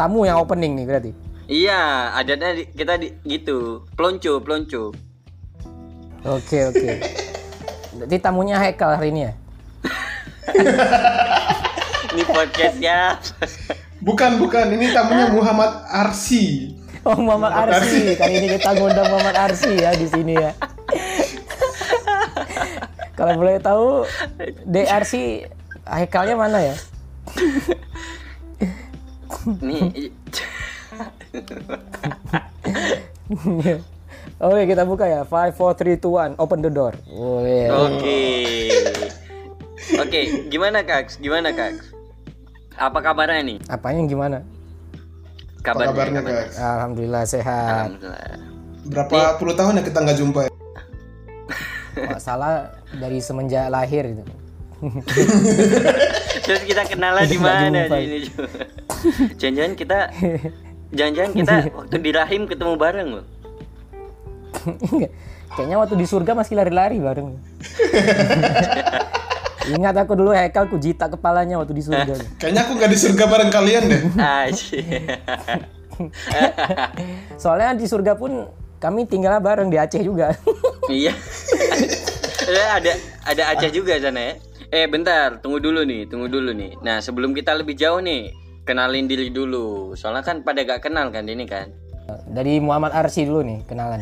tamu yang opening nih berarti. Iya, adatnya kita gitu, pelonco. Oke. Berarti tamunya Haikal hari ini ya? Ini podcast ya. Bukan, ini tamunya Muhammad Arsi. Oh, Muhammad Arsi. Kali ini kita ngundang Muhammad Arsi ya di sini ya. Kalau boleh tahu DRC Haikalnya mana ya? Nih. Oke, kita buka ya. 5 4 3 2 1, open the door. Oke, gimana Kak? Apa kabarnya nih? Apanya gimana? Kabarnya Kak? Alhamdulillah sehat. Alhamdulillah. Berapa puluh tahun ya kita nggak jumpa ya? Nggak salah dari semenjak lahir itu. Terus kita kenalan di mana ini? Jangan-jangan kita waktu di rahim ketemu bareng loh. Kayaknya waktu di surga masih lari-lari bareng. Ingat aku dulu Haikal ku jitak kepalanya waktu di surga. Kayaknya aku nggak di surga bareng kalian deh. Soalnya di surga pun kami tinggal bareng di Aceh juga. Iya. Ada Aceh juga sana ya. Bentar, tunggu dulu nih. Nah, sebelum kita lebih jauh nih, kenalin diri dulu. Soalnya kan pada gak kenal kan ini kan. Dari Muhammad Arsi dulu nih kenalan.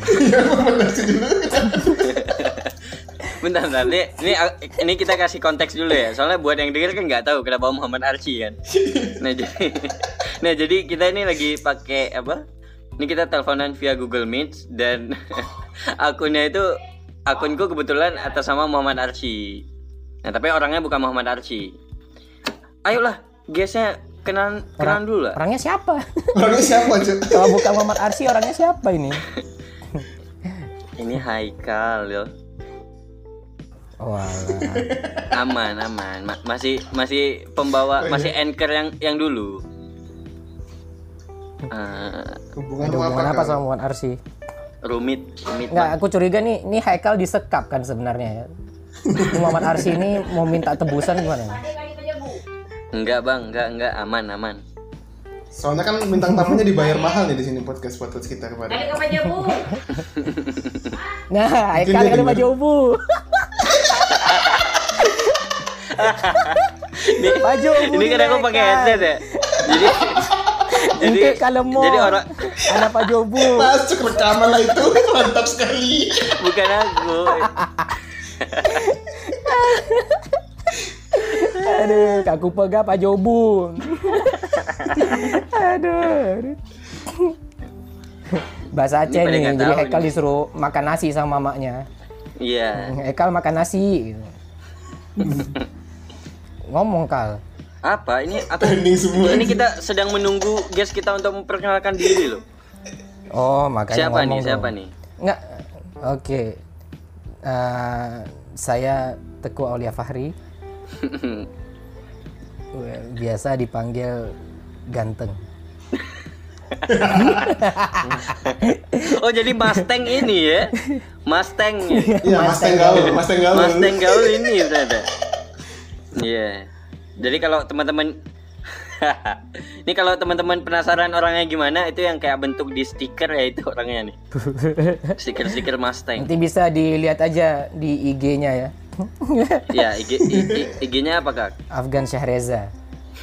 Bentar. Ini kita kasih konteks dulu ya. Soalnya buat yang denger kan nggak tahu kenapa Muhammad Arsi kan. Nah jadi kita ini lagi pakai apa? Ini kita teleponan via Google Meet dan akunku kebetulan atas nama Muhammad Arsi. Nah tapi orangnya bukan Muhammad Arsi. Ayolah, guysnya kenalan dulu lah. Orangnya siapa? Cuk? Kalau bukan Muhammad Arsi, orangnya siapa ini? Ini Haikal yo. Walah. Aman. Masih pembawa, masih anchor yang dulu. Hubungan apa sama Muhammad Arsi? Rumit. Nggak, aku curiga nih Haikal disekap kan sebenarnya ya. Muhammad Arsi ini mau minta tebusan gimana? Enggak bang, enggak aman. Soalnya kan bintang tamunya dibayar mahal nih di sini podcast kita kemarin. Nah, Haikal ada baju ubu. Ini kan aku pakai headset ya. Jadi kalau mau jadi orang anak Pak Jobu masuk rekaman lah itu mantap sekali. Bukan aku. Aduh, aku pegang Pak Jobu. Aduh. Bahasa Aceh nih, jadi Haikal disuruh makan nasi sama mamanya. Iya. Haikal makan nasi gitu. Ngomong Kal. Apa? Ini aku semua. Ini kita sedang menunggu guest kita untuk memperkenalkan diri loh. Oh, makanya Siapa nih? Enggak. Oke. Saya Teguh Aulia Fahri. Biasa dipanggil ganteng. Oh, jadi Mustang ini ya? Mustang. Iya, Mustang gaul ini ternyata. Iya. Jadi kalau teman-teman ini kalau teman-teman penasaran orangnya gimana, itu yang kayak bentuk di stiker ya, itu orangnya nih. Stiker Mustang. Nanti bisa dilihat aja di IG-nya ya. Ya, IG-nya apa, Kak? Afgan Syahreza.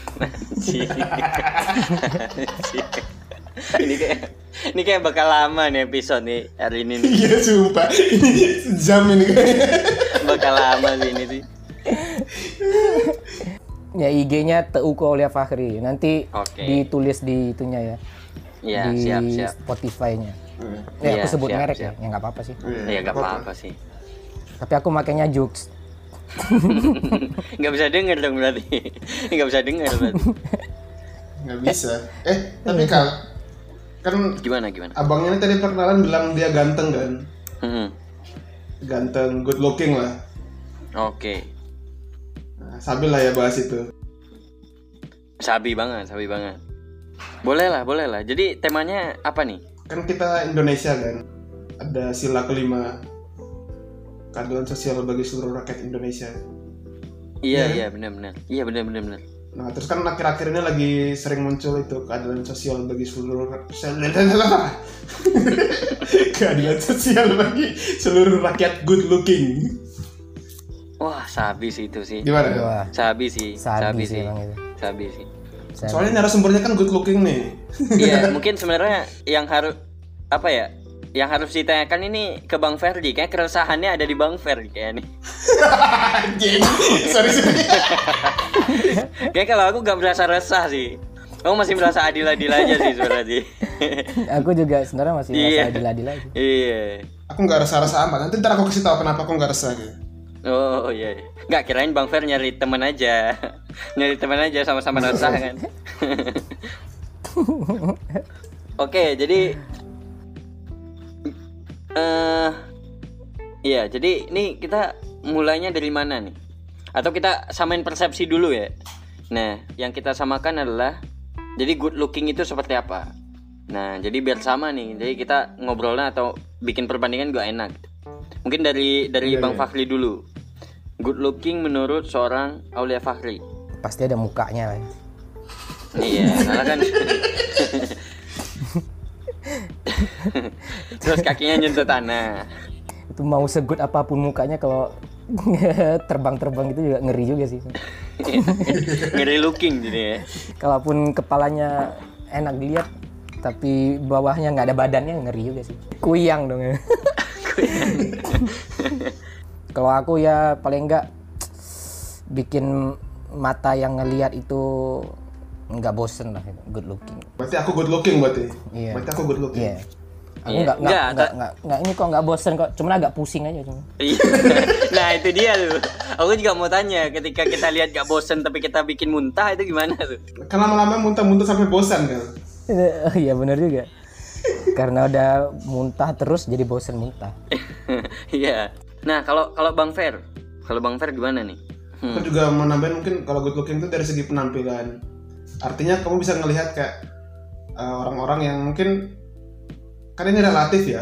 Ini kayak bakal lama nih episode nih hari ini nih. Iya sumpah. Ini sejam ini kayaknya. Bakal lama sih ini sih. Ya IG-nya Teguh Aulia Fahri. Nanti ditulis di itunya ya. Iya, di siap. Spotify-nya. Iya, aku sebut siap, merek siap. ya nggak apa-apa sih. Iya, nggak apa-apa sih. Tapi aku makainya Jux. Nggak bisa denger dong berarti. Nggak bisa denger berarti. Nggak bisa. Tapi Kak, kan Gimana? abangnya ini tadi perkenalan bilang dia ganteng kan? Ganteng, good looking lah. Oke. Nah, sabi lah ya bahas itu. Sabi banget. Boleh lah. Jadi temanya apa nih? Kan kita Indonesia kan, ada sila kelima, keadilan sosial bagi seluruh rakyat Indonesia. Iya, benar. Iya, benar. Nah, terus kan akhir-akhir ini lagi sering muncul itu keadilan sosial bagi seluruh keadilan sosial bagi seluruh rakyat good looking. Wah, sabi sih itu sih. Gimana? Wah, Sabi sih. sabi sih emang itu. Sabi sih. Soalnya narasumbernya kan good looking nih. Iya, mungkin sebenarnya yang harus apa ya? Yang harus ditanyakan ini ke Bang Ferdi, kayak keresahannya ada di Bang Ferdi kayak nih. Anjing. Sorry. Kayak kalau aku gak merasa resah sih. Kamu masih merasa adil-adil aja sih sebenarnya. Aku juga sebenarnya masih Iya. merasa adil-adil aja. Iya. Aku nggak resah-resah amat. Nanti ntar aku kasih tahu kenapa aku nggak resah gitu. Oh iya. Nggak, kirain Bang Fer nyari teman aja. Nyari teman aja sama-sama resah kan. Oke, jadi iya, jadi ini kita mulainya dari mana nih? Atau kita samain persepsi dulu ya? Nah, yang kita samakan adalah jadi good looking itu seperti apa? Nah, jadi biar sama nih. Jadi kita ngobrolnya atau bikin perbandingan gak enak. Mungkin dari Bang Fahri dulu. Good looking menurut seorang Aulia Fahri. Pasti ada mukanya lah. Iya, salah kan. Terus kakinya nyentuh tanah. Itu mau segut apapun mukanya kalau terbang-terbang itu juga ngeri juga sih. Ngeri looking jadi ya. Kalaupun kepalanya enak dilihat tapi bawahnya nggak ada badannya ngeri juga sih. Kuyang dong ya. Kalau aku ya paling nggak bikin mata yang ngelihat itu nggak bosen lah, good looking. Berarti aku good looking berarti. Iya. Berarti aku good looking. Iya. Aku Iya. nggak ini kok nggak bosen kok, cuma agak pusing aja cuma. Iya. Nah itu dia tuh. Aku juga mau tanya, ketika kita lihat gak bosen tapi kita bikin muntah itu gimana tuh? Kan lama-lama muntah-muntah sampai bosan kan. Iya benar juga. Karena udah muntah terus jadi bosen muntah. Iya. Nah kalau Bang Fer gimana nih? Aku juga mau nambahin mungkin kalau good looking itu dari segi penampilan. Artinya kamu bisa ngelihat kayak orang-orang yang mungkin kan ini relatif ya,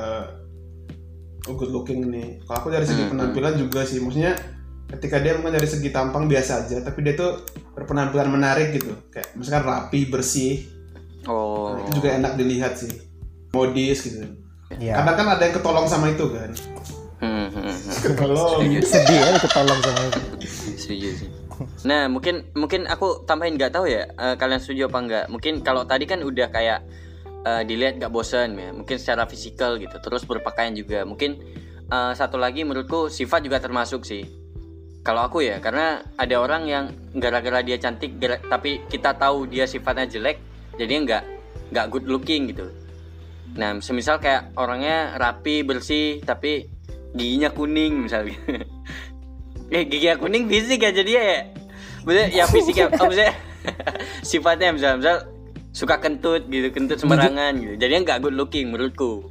good looking ini. Kalau aku dari segi penampilan juga sih, maksudnya ketika dia mungkin dari segi tampang biasa aja, tapi dia tuh berpenampilan menarik gitu, kayak misalkan rapi, bersih. Oh. Nah, itu juga enak dilihat sih, modis gitu. Iya. Kadang kan ada yang ketolong sama itu kan. Ketolong. Sedih ya ketolong sama itu. Setuju sih. Nah mungkin aku tambahin, nggak tahu ya kalian setuju apa enggak. Mungkin kalau tadi kan udah kayak dilihat gak bosan ya, mungkin secara fisikal gitu, terus berpakaian juga. Mungkin satu lagi menurutku sifat juga termasuk sih. Kalau aku ya, karena ada orang yang gara-gara dia cantik tapi kita tahu dia sifatnya jelek, jadi nggak good looking gitu. Nah semisal kayak orangnya rapi bersih tapi giginya kuning misalnya. Giginya kuning fisik aja dia ya. Maksudnya ya fisik ya, maksudnya sifatnya misal suka kentut gitu, kentut sembarangan gitu. Jadinya nggak good looking menurutku.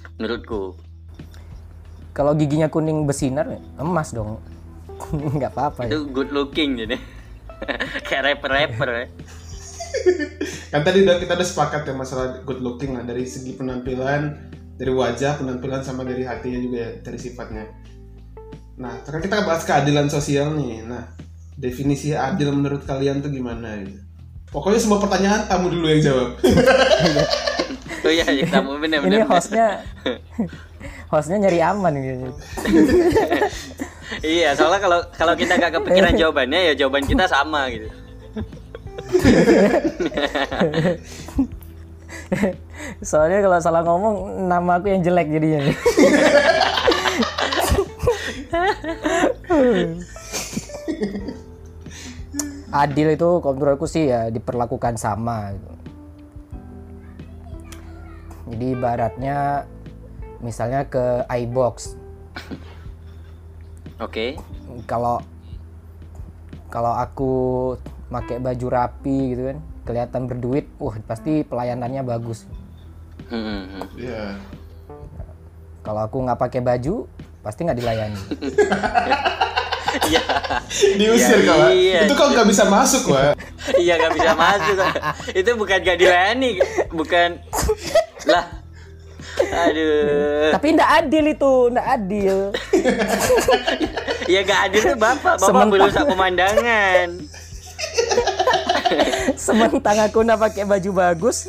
Kalau giginya kuning bersinar, emas dong. Nggak apa-apa. Itu good looking jadi. Kayak rapper ya. Kan tadi kita udah sepakat ya masalah good looking lah, dari segi penampilan, dari wajah, penampilan, sama dari hatinya juga ya, dari sifatnya. Nah, sekarang kita bahas keadilan sosial nih. Nah, definisi adil menurut kalian tuh gimana gitu? Pokoknya semua pertanyaan tamu dulu yang jawab. Oh iya, tamu bener. Ini hostnya nyari aman gitu. Iya, soalnya kalau kita gak kepikiran jawabannya ya jawaban kita sama gitu. Soalnya kalau salah ngomong nama aku yang jelek jadinya. Adil itu kalau menurutku sih ya diperlakukan sama gitu. Jadi ibaratnya misalnya ke iBox. Oke. Okay. Kalau aku pakai baju rapi gitu kan, kelihatan berduit, pasti pelayanannya bagus. Iya. Kalau aku nggak pakai baju, pasti nggak dilayani. Iya. Diusir kawan. Iya. Itu kau nggak bisa masuk, Wak. Iya, nggak bisa masuk. Itu bukan gak dilayani, bukan lah. Aduh. Tapi nggak adil itu, nggak adil. Ya gak adil tuh bapak merusak pemandangan. Sementang aku nak pakai baju bagus.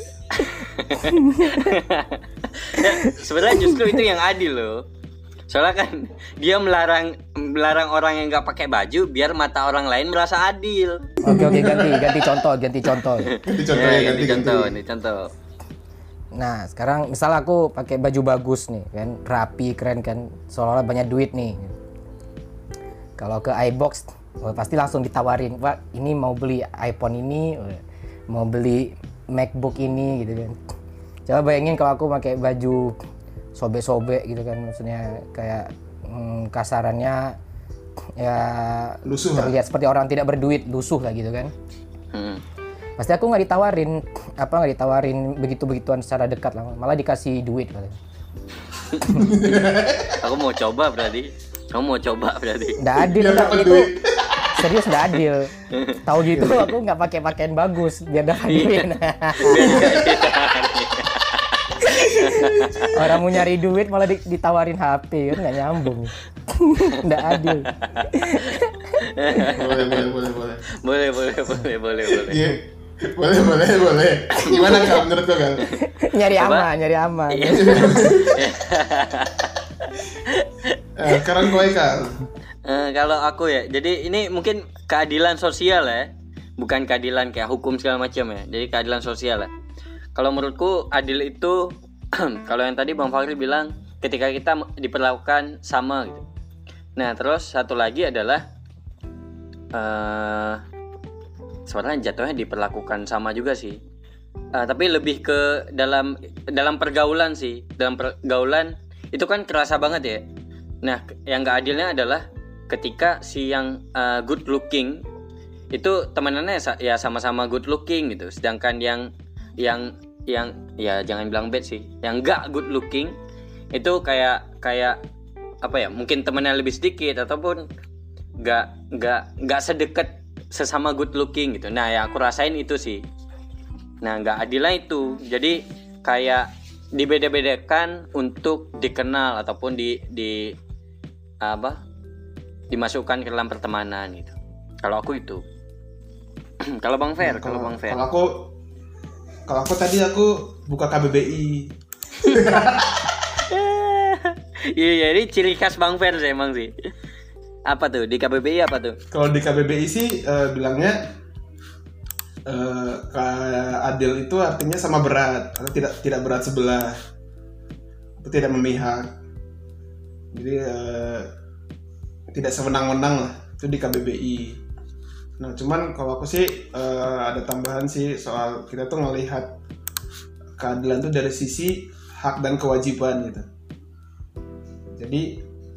Sebenarnya justru itu yang adil loh. Soalnya kan dia melarang orang yang nggak pakai baju biar mata orang lain merasa adil. Oke, ganti contoh. Ganti contoh Ganti contoh. Nah, sekarang misal aku pakai baju bagus nih kan, rapi, keren kan, seolah-olah banyak duit nih. Kalau ke iBox, pasti langsung ditawarin, "Pak, ini mau beli iPhone ini, mau beli MacBook ini," gitu kan. Coba bayangin kalau aku pakai baju sobek-sobek gitu kan, maksudnya kayak kasarannya ya lusuh terlihat seperti orang tidak berduit, lusuh lah gitu kan. Pasti aku nggak ditawarin begitu-begituan secara dekat lah, malah dikasih duit katanya. Kamu mau coba berarti? Nggak adil Biar enggak dapat itu. duit. Serius nggak adil. Tahu gitu aku nggak pakai pakaian bagus biar dapat duit. Orang mau nyari duit malah ditawarin HP kan, nggak nyambung. Nggak adil. Boleh. Iya. Boleh. Gimana Kak menurut kau Kak? Nyari aman. Sekarang kowe Kak. Kalau aku ya, jadi ini mungkin keadilan sosial ya, bukan keadilan kayak hukum segala macam ya. Jadi keadilan sosial ya. Kalau menurutku adil itu kalau yang tadi Bang Fahri bilang ketika kita diperlakukan sama gitu. Nah terus satu lagi adalah sebenarnya jatuhnya diperlakukan sama juga sih. Tapi lebih ke dalam pergaulan sih. Dalam pergaulan itu kan kerasa banget ya. Nah yang nggak adilnya adalah ketika si yang good looking itu temenannya ya sama-sama good looking gitu, sedangkan yang ya jangan bilang bad sih, yang nggak good looking itu kayak apa ya, mungkin temennya lebih sedikit ataupun nggak sedekat sesama good looking gitu. Nah ya aku rasain itu sih. Nah nggak adilnya itu, jadi kayak dibeda-bedakan untuk dikenal ataupun dimasukkan ke dalam pertemanan gitu. Kalau aku itu. Kalau Bang Fer, Kalau aku tadi aku buka KBBI. Iya, ini ciri khas Bang Fer sih emang sih. Apa tuh di KBBI apa tuh? Kalau di KBBI sih bilangnya adil itu artinya sama berat atau tidak berat sebelah atau tidak memihak. Jadi tidak sewenang-wenang lah, itu di KBBI. Nah cuman kalau aku sih ada tambahan sih soal kita tuh ngelihat keadilan tuh dari sisi hak dan kewajiban gitu. Jadi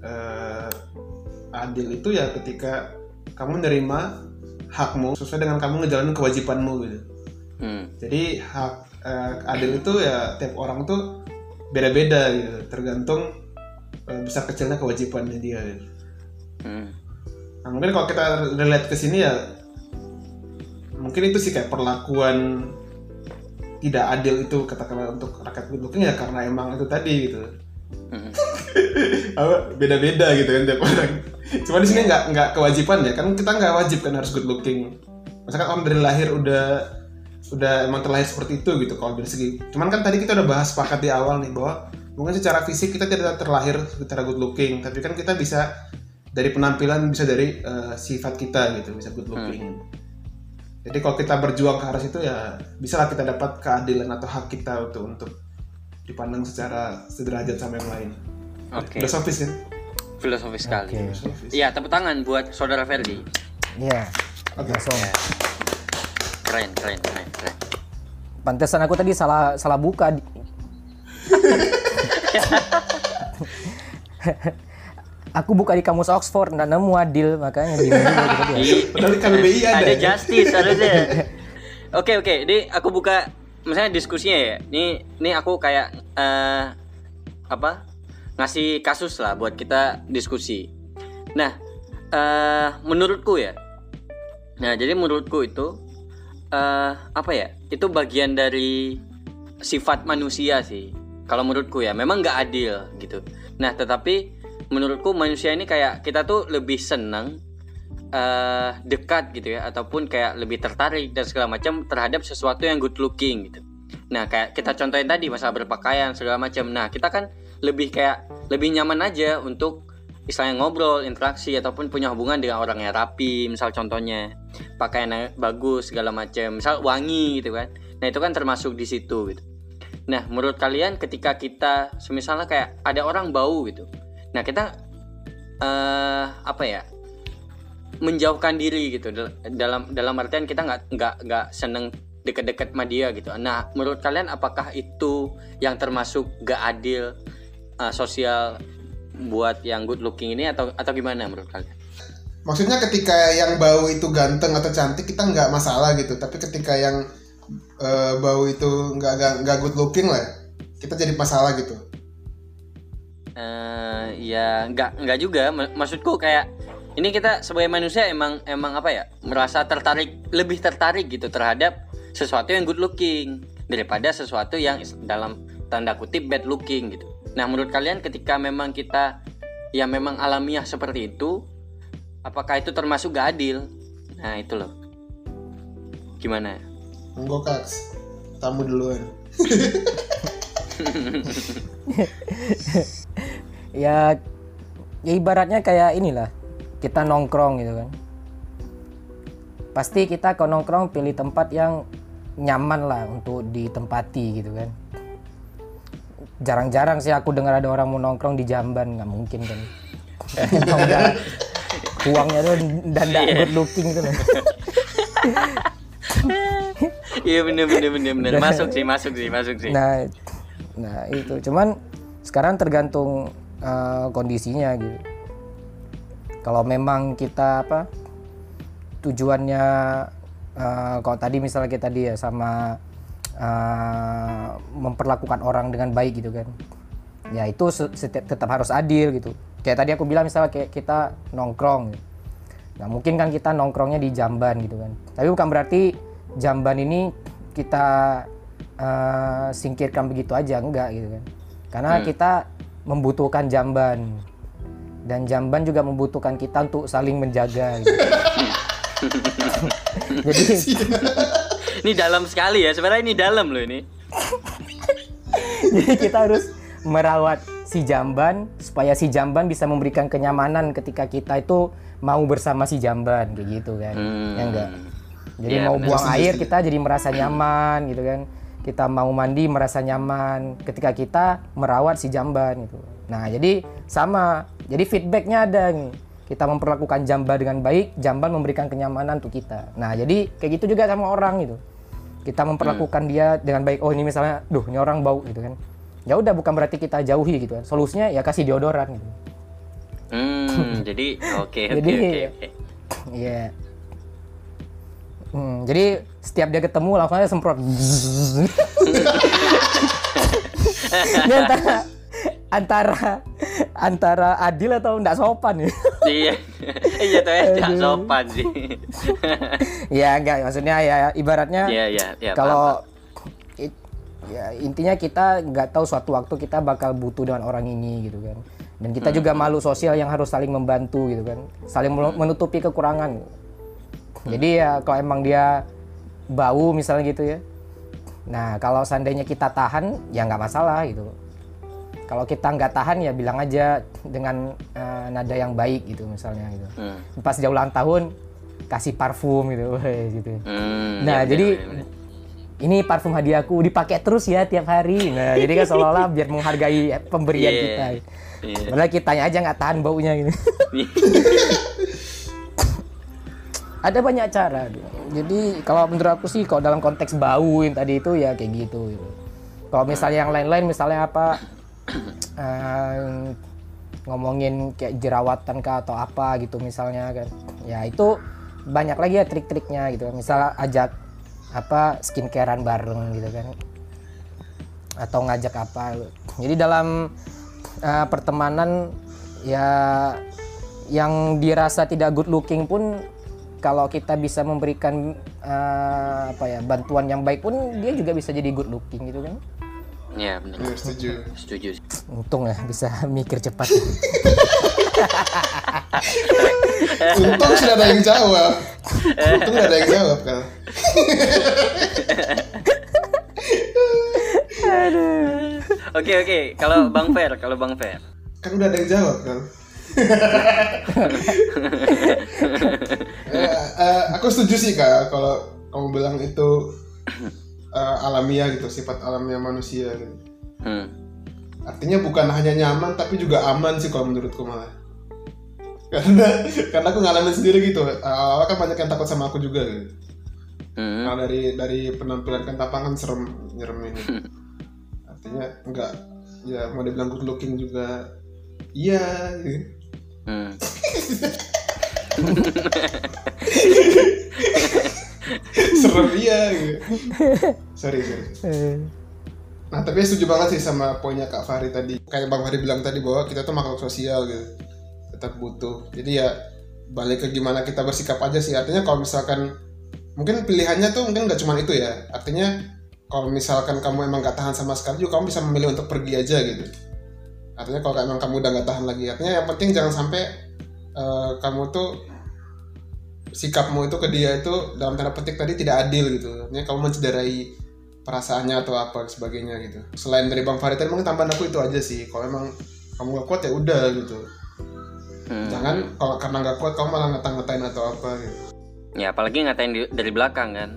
adil itu ya ketika kamu nerima hakmu sesuai dengan kamu ngejalanin kewajibanmu gitu. Jadi hak adil itu ya tiap orang tuh beda-beda gitu, tergantung besar kecilnya kewajibannya dia gitu. Nah, mungkin kalau kita relate ke sini ya mungkin itu sih kayak perlakuan tidak adil itu katakanlah untuk rakyat good looking ya karena emang itu tadi gitu. Beda-beda gitu kan tiap orang. Cuma di sini nggak kewajiban ya kan, kita nggak wajib kan harus good looking. Misalkan orang dari lahir udah emang terlahir seperti itu gitu kalau dari segi. Cuman kan tadi kita udah bahas sepakat di awal nih bahwa mungkin secara fisik kita tidak terlahir secara good looking, tapi kan kita bisa dari penampilan, bisa dari sifat kita gitu, bisa good looking. Jadi kalau kita berjuang ke arah situ ya bisalah kita dapat keadilan atau hak kita untuk dipandang secara sederajat sama yang lain. Oke. Filosofis kan? Filosofis sekali. Filosofis. Iya, tepuk tangan buat saudara Ferdi. Iya. Oke. Langsung. Keren. Pantesan aku tadi salah buka. Aku buka di kamus Oxford nggak nemu adil, makanya bingung gitu dia. Padahal di KBBI ada justice harusnya. Oke, ini aku buka misalnya diskusinya ya. Ini aku kayak ngasih kasus lah buat kita diskusi. Nah, menurutku ya. Nah, jadi menurutku itu itu bagian dari sifat manusia sih. Kalau menurutku ya, memang nggak adil gitu. Nah, tetapi menurutku manusia ini kayak kita tuh lebih senang dekat gitu ya, ataupun kayak lebih tertarik dan segala macam terhadap sesuatu yang good looking gitu. Nah kayak kita contohin tadi masalah berpakaian segala macam. Nah kita kan lebih nyaman aja untuk istilahnya ngobrol, interaksi ataupun punya hubungan dengan orang yang rapi, misal contohnya pakaiannya bagus segala macam, misal wangi gitu kan. Nah itu kan termasuk di situ gitu. Nah menurut kalian ketika kita misalnya kayak ada orang bau gitu, nah kita menjauhkan diri gitu, dalam artian kita nggak seneng deket-deket sama dia gitu. Nah menurut kalian apakah itu yang termasuk gak adil sosial buat yang good looking ini atau gimana menurut kalian? Maksudnya ketika yang bau itu ganteng atau cantik kita nggak masalah gitu, tapi ketika yang bau itu nggak good looking lah, kita jadi masalah gitu. Ya nggak juga. Maksudku kayak ini kita sebagai manusia emang merasa lebih tertarik gitu terhadap sesuatu yang good looking daripada sesuatu yang dalam tanda kutip bad looking gitu. Nah menurut kalian ketika memang kita yang memang alamiah seperti itu, apakah itu termasuk gak adil? Nah itu loh, gimana? Monggo Kaks, tamu duluan. Ya ibaratnya kayak inilah, kita nongkrong gitu kan. Pasti kita kalau nongkrong pilih tempat yang nyaman lah untuk ditempati gitu kan. Jarang-jarang sih aku dengar ada orang mau nongkrong di Jamban, nggak mungkin kan. Uangnya tuh dan good looking gitu loh. Iya bener. Masuk sih. Nah itu cuman sekarang tergantung kondisinya gitu. Kalau memang kita tujuannya kalau tadi misalnya kita sama memperlakukan orang dengan baik gitu kan, ya itu tetap harus adil gitu. Kayak tadi aku bilang misalnya kayak kita nongkrong gitu. Nggak mungkin kan kita nongkrongnya di Jamban gitu kan, tapi bukan berarti Jamban ini kita singkirkan begitu aja, enggak gitu kan, karena kita membutuhkan Jamban dan Jamban juga membutuhkan kita untuk saling menjaga gitu. Jadi ini dalam sekali ya, sebenarnya ini dalam loh ini. Jadi kita harus merawat si Jamban supaya si Jamban bisa memberikan kenyamanan ketika kita itu mau bersama si Jamban kayak gitu kan. Ya enggak. Jadi mau buang air kita jadi merasa nyaman gitu kan. Kita mau mandi merasa nyaman ketika kita merawat si Jamban gitu. Nah, jadi sama. Jadi feedbacknya ada nih. Kita memperlakukan Jamban dengan baik, Jamban memberikan kenyamanan untuk kita. Nah, jadi kayak gitu juga sama orang gitu. Kita memperlakukan dia dengan baik. Oh, ini misalnya, ini orang bau gitu kan. Ya udah, bukan berarti kita jauhi gitu kan. Solusinya ya kasih deodoran gitu. Jadi oke. Iya. Jadi setiap dia ketemu langsung aja semprot. Ini antara adil atau enggak sopan ya? Iya tuh enggak sopan sih. Ya enggak, maksudnya ya ibaratnya kalau ya intinya kita nggak tahu suatu waktu kita bakal butuh dengan orang ini gitu kan. Dan kita juga makhluk sosial yang harus saling membantu gitu kan. Saling menutupi kekurangan. Jadi ya kalau emang dia bau misalnya gitu ya. Nah, kalau seandainya kita tahan ya nggak masalah gitu. Kalau kita nggak tahan ya bilang aja dengan nada yang baik gitu misalnya gitu. Pas dia ulang tahun kasih parfum gitu, gitu. Nah jadi ini parfum hadiahku dipakai terus ya tiap hari. Nah jadi kan seolah-olah biar menghargai pemberian kita. Padahal kitanya aja nggak tahan baunya gitu. Ada banyak cara. Jadi kalau menurut aku sih kalau dalam konteks bau yang tadi itu ya kayak gitu. Kalau misalnya yang lain-lain misalnya apa ngomongin kayak jerawatan kah atau apa gitu misalnya kan. Ya itu banyak lagi ya trik-triknya gitu. Misal ajak apa skincarean bareng gitu kan. Atau ngajak apa. Jadi dalam pertemanan ya yang dirasa tidak good looking pun kalau kita bisa memberikan bantuan yang baik pun dia juga bisa jadi good looking gitu kan. Iya benar. Ya, setuju. Setuju sih. Untung ya bisa mikir cepat. Untung sudah ada yang jawab. Untung sudah ada yang jawab kan. Oke. Kalau Bang Fer. Kan udah ada yang jawab kan. Aku setuju sih Kak kalau kamu bilang itu alamiah gitu, sifat alamiah manusia gitu. Artinya bukan hanya nyaman tapi juga aman sih kalau menurutku malah. Karena aku ngalamin sendiri gitu. Awalnya kan banyak yang takut sama aku juga gitu. Nah dari penampilan kan tapangan nyerem ini. Artinya enggak, ya mau dibilang good looking juga iya gitu. Serem iya gitu. Sorry. Nah tapi setuju banget sih sama poinnya Kak Fahri tadi. Kayak Bang Fahri bilang tadi bahwa kita tuh makhluk sosial gitu, tetap butuh. Jadi ya balik ke gimana kita bersikap aja sih. Artinya kalau misalkan mungkin pilihannya tuh mungkin nggak cuma itu ya. Artinya kalau misalkan kamu emang nggak tahan sama sekali juga kamu bisa memilih untuk pergi aja gitu. Artinya kalau emang kamu udah nggak tahan lagi, artinya yang penting jangan sampai kamu tuh sikapmu itu ke dia itu dalam tanda petik tadi tidak adil gitu. Artinya kamu mencederai perasaannya atau apa sebagainya gitu. Selain dari Bang Farid tadi mungkin tambahan aku itu aja sih. Kalau emang kamu gak kuat ya udah gitu. Jangan kalau karena gak kuat kamu malah ngatain atau apa gitu. Ya apalagi ngatain dari belakang kan.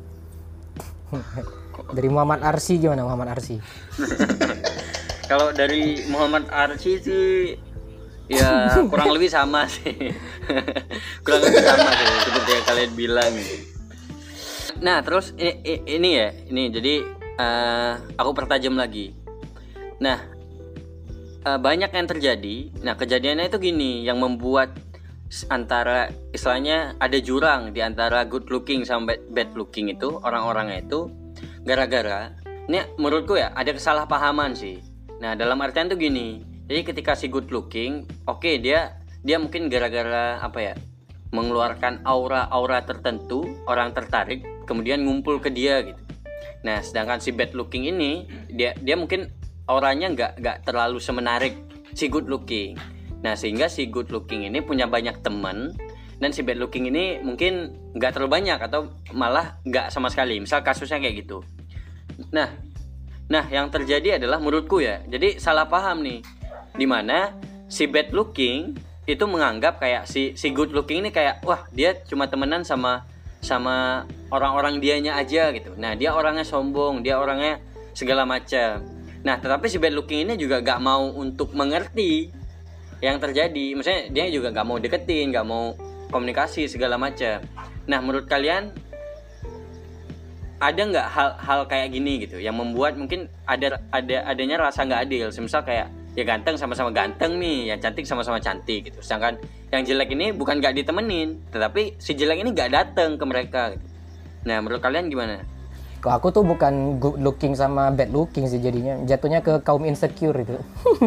Dari Muhammad Arsy gimana Muhammad Arsy? Kalau dari Muhammad Arsy sih ya kurang lebih sama sih. Kurang lebih sama sih seperti yang kalian bilang. Nah terus ini jadi aku pertajam lagi. Nah banyak yang terjadi. Nah kejadiannya itu gini, yang membuat antara istilahnya ada jurang di antara good looking sama bad looking itu orang-orangnya itu gara-gara ini menurutku ya ada kesalahpahaman sih. Nah dalam artian tuh gini, jadi ketika si good looking, oke, dia mungkin gara-gara apa ya, mengeluarkan aura tertentu, orang tertarik, kemudian ngumpul ke dia gitu. Nah sedangkan si bad looking ini dia mungkin auranya nggak terlalu semenarik si good looking. Nah sehingga si good looking ini punya banyak teman dan si bad looking ini mungkin nggak terlalu banyak atau malah nggak sama sekali. Misal kasusnya kayak gitu. Nah yang terjadi adalah menurutku ya, jadi salah paham nih, dimana si bad looking itu menganggap kayak si good looking ini kayak wah dia cuma temenan sama orang-orang dianya aja gitu. Nah dia orangnya sombong, dia orangnya segala macam. Nah tetapi si bad looking ini juga gak mau untuk mengerti yang terjadi. Maksudnya dia juga gak mau deketin, gak mau komunikasi segala macam. Nah menurut kalian ada nggak hal kayak gini gitu yang membuat mungkin adanya rasa nggak adil? Semisal kayak ya ganteng sama-sama ganteng nih, yang cantik sama-sama cantik gitu. Sedangkan yang jelek ini bukan nggak ditemenin, tetapi si jelek ini nggak datang ke mereka gitu. Nah menurut kalian gimana? Kok aku tuh bukan good looking sama bad looking sih, jadinya jatuhnya ke kaum insecure itu.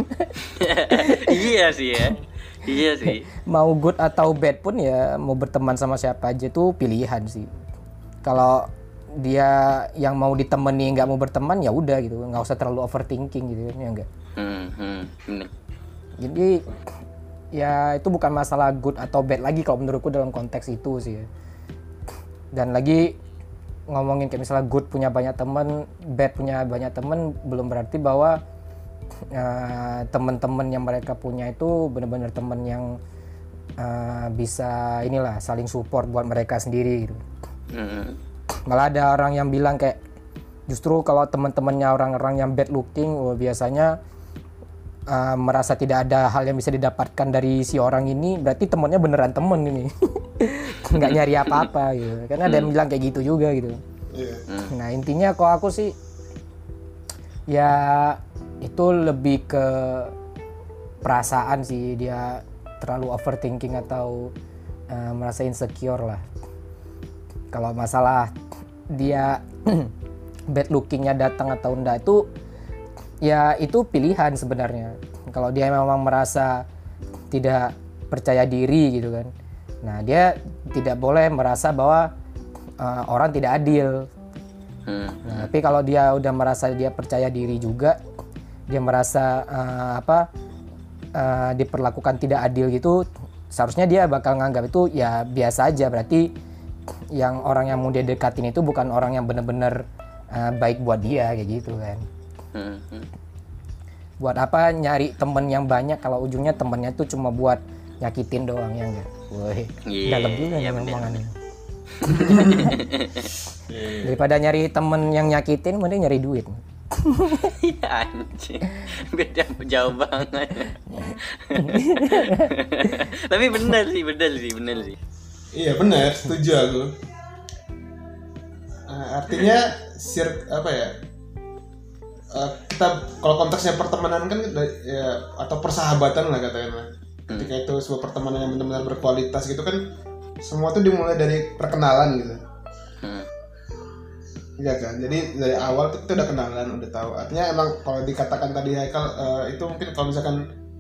Iya sih ya. Iya sih. Mau good atau bad pun ya mau berteman sama siapa aja tuh pilihan sih. Kalau dia yang mau ditemani nggak mau berteman ya udah gitu, nggak usah terlalu overthinking gitu ya enggak. Bener. Jadi ya itu bukan masalah good atau bad lagi kalau menurutku dalam konteks itu sih ya. Dan lagi ngomongin kayak misalnya good punya banyak teman, bad punya banyak teman, belum berarti bahwa teman-teman yang mereka punya itu benar-benar teman yang bisa inilah saling support buat mereka sendiri gitu. Malah ada orang yang bilang kayak justru kalau teman-temannya orang-orang yang bad looking biasanya merasa tidak ada hal yang bisa didapatkan dari si orang ini, berarti temannya beneran temen ini. Nggak nyari apa-apa gitu. Karena ada yang bilang kayak gitu juga gitu. Nah intinya kalau aku sih ya itu lebih ke perasaan sih, dia terlalu overthinking atau merasa insecure lah. Kalau masalah dia bad lookingnya datang atau enggak itu ya itu pilihan sebenarnya. Kalau dia memang merasa tidak percaya diri gitu kan, nah dia tidak boleh merasa bahwa orang tidak adil. Nah, tapi kalau dia udah merasa dia percaya diri juga, dia merasa diperlakukan tidak adil gitu, seharusnya dia bakal nganggap itu ya biasa aja. Berarti yang orang yang mau dia dekatin itu bukan orang yang benar-benar baik buat dia kayak gitu kan. Buat apa nyari temen yang banyak kalau ujungnya temennya tuh cuma buat nyakitin doang ya enggak? Woi, dalam juga nih omongannya. Daripada nyari temen yang nyakitin, mending nyari duit. Iya anjing, beda jauh banget. Tapi benar sih. Iya benar, setuju aku. Artinya kita kalau konteksnya pertemanan kan ya, atau persahabatan lah katanya. Ketika itu sebuah pertemanan yang benar-benar berkualitas gitu kan, semua tuh dimulai dari perkenalan gitu. Iya kan, jadi dari awal tuh kita udah kenalan, udah tahu. Artinya emang kalau dikatakan tadi Haikal itu mungkin kalau misalkan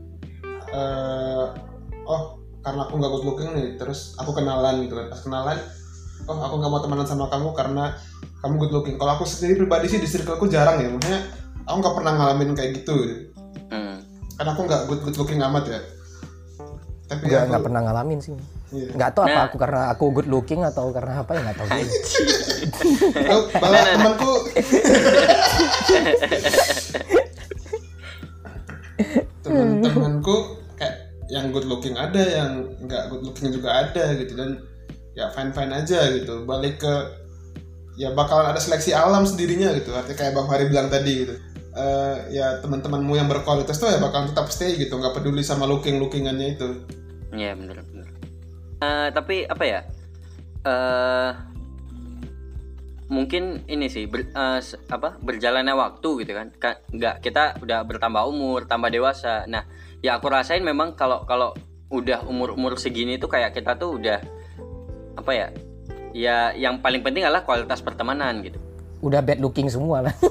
karena aku nggak good looking nih, terus aku kenalan gitu kan. Pas kenalan, aku nggak mau temenan sama kamu karena kamu good looking. Kalau aku sendiri pribadi sih di circleku jarang ya, maksudnya aku nggak pernah ngalamin kayak gitu. Karena aku nggak good looking amat ya. Tapi nggak pernah ngalamin sih. Iya. Nggak tahu apa aku karena aku good looking atau karena apa ya nggak tahu juga. Malah temanku teman-temanku kayak yang good looking ada, yang nggak good looking juga ada gitu, dan ya fine aja gitu. Balik ke ya bakalan ada seleksi alam sendirinya gitu. Artinya kayak Bang Fahri bilang tadi gitu. Ya teman-temanmu yang berkualitas tuh ya bakalan tetap stay gitu, nggak peduli sama lookingannya itu. Iya benar. Tapi apa ya? Mungkin ini sih berjalannya waktu gitu kan. Nggak, kita udah bertambah umur, tambah dewasa. Nah, ya aku rasain memang kalau udah umur segini tuh kayak kita tuh udah apa ya? Ya yang paling penting adalah kualitas pertemanan gitu. Udah bad looking semua lah.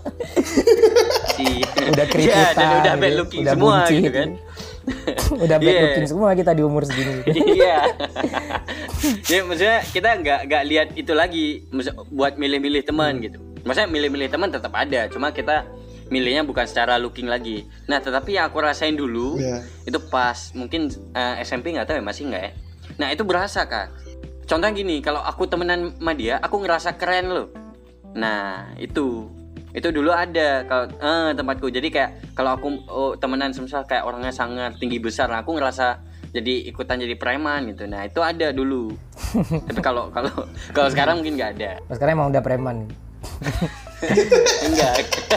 Udah keriputan, dan udah bad looking udah semua buncit, gitu kan. Udah bad looking semua kita di umur segini. Iya. Ya maksudnya kita nggak lihat itu lagi buat milih-milih teman gitu. Maksudnya milih-milih teman tetap ada, cuma kita milihnya bukan secara looking lagi. Nah, tetapi yang aku rasain dulu itu pas mungkin SMP, nggak tahu ya, masih nggak ya. Nah, itu berasa Kak. Contohnya gini, kalau aku temenan sama dia, aku ngerasa keren loh. Nah, itu dulu ada kalau tempatku. Jadi kayak kalau aku temenan semisal kayak orangnya sangat tinggi besar, aku ngerasa jadi ikutan jadi preman gitu. Nah, itu ada dulu. Tapi kalau sekarang mungkin nggak ada. Sekarang emang udah preman. Enggak.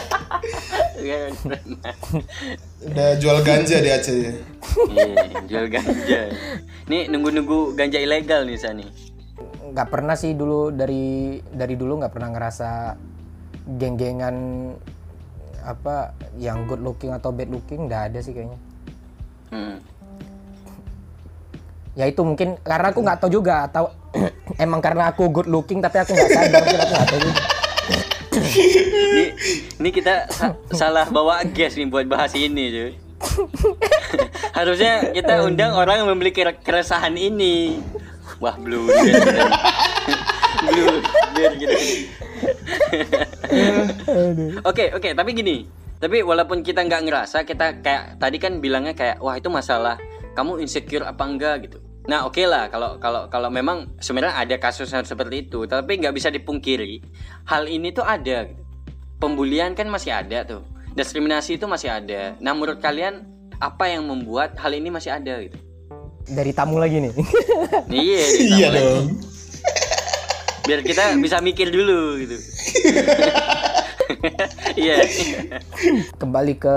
Udah jual ganja di Aceh ya. Iya, jual ganja. Nih nunggu ganja ilegal nih Sani. Nggak pernah sih dulu, dari dulu nggak pernah ngerasa geng-gengan apa yang good looking atau bad looking, nggak ada sih kayaknya. Ya itu mungkin karena aku nggak tahu juga, atau emang karena aku good looking tapi aku nggak sadar, aku nggak tahu juga. Ini kita salah bawa guest nih buat bahas ini cuy. Harusnya kita undang orang yang memiliki keresahan ini. Wah blunder gitu. Oke, tapi gini. Tapi walaupun kita nggak ngerasa, kita kayak tadi kan bilangnya kayak wah itu masalah kamu insecure apa enggak gitu. Nah oke lah kalau memang sebenarnya ada kasus yang seperti itu, tapi nggak bisa dipungkiri hal ini tuh ada gitu. Pembulian kan masih ada tuh, diskriminasi itu masih ada. Nah menurut kalian apa yang membuat hal ini masih ada gitu? Dari tamu lagi nih. Iya dong. Biar kita bisa mikir dulu gitu. Iya. Kembali ke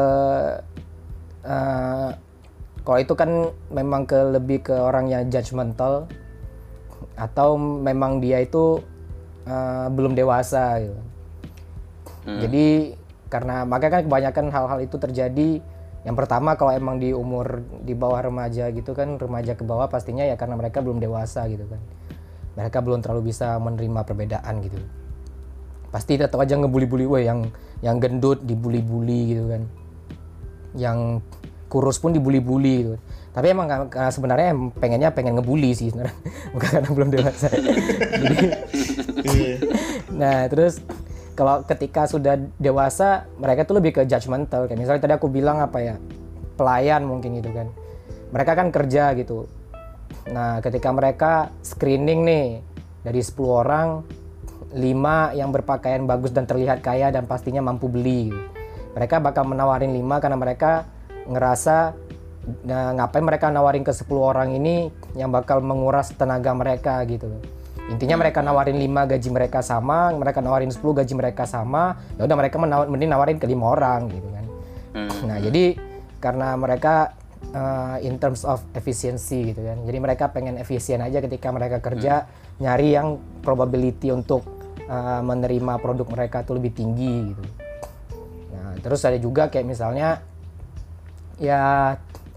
kalau itu kan memang lebih ke orang yang judgmental, atau memang dia itu belum dewasa gitu. Jadi karena makanya kan kebanyakan hal-hal itu terjadi. Yang pertama kalau emang di umur di bawah remaja gitu kan, remaja ke bawah pastinya ya karena mereka belum dewasa gitu kan. Mereka belum terlalu bisa menerima perbedaan gitu. Pasti tetap aja ngebully-bully, yang gendut dibully-bully gitu kan. Yang kurus pun dibully-bully gitu. Tapi emang sebenarnya pengen ngebully sih sebenarnya. Bukan karena belum dewasa. Jadi, nah terus kalau ketika sudah dewasa mereka tuh lebih ke judgmental. Kayak misalnya tadi aku bilang apa ya, pelayan mungkin gitu kan, mereka kan kerja gitu. Nah ketika mereka screening nih dari 10 orang, 5 yang berpakaian bagus dan terlihat kaya dan pastinya mampu beli gitu. Mereka bakal menawarin 5 karena mereka ngerasa ngapain mereka nawarin ke 10 orang ini yang bakal menguras tenaga mereka gitu. Intinya mereka nawarin 5 gaji mereka sama, mereka nawarin 10 gaji mereka sama, ya udah mereka mending nawarin ke 5 orang gitu kan. Nah, jadi karena mereka in terms of efficiency gitu kan. Jadi mereka pengen efisien aja ketika mereka kerja, nyari yang probability untuk menerima produk mereka tuh lebih tinggi gitu. Nah, terus ada juga kayak misalnya ya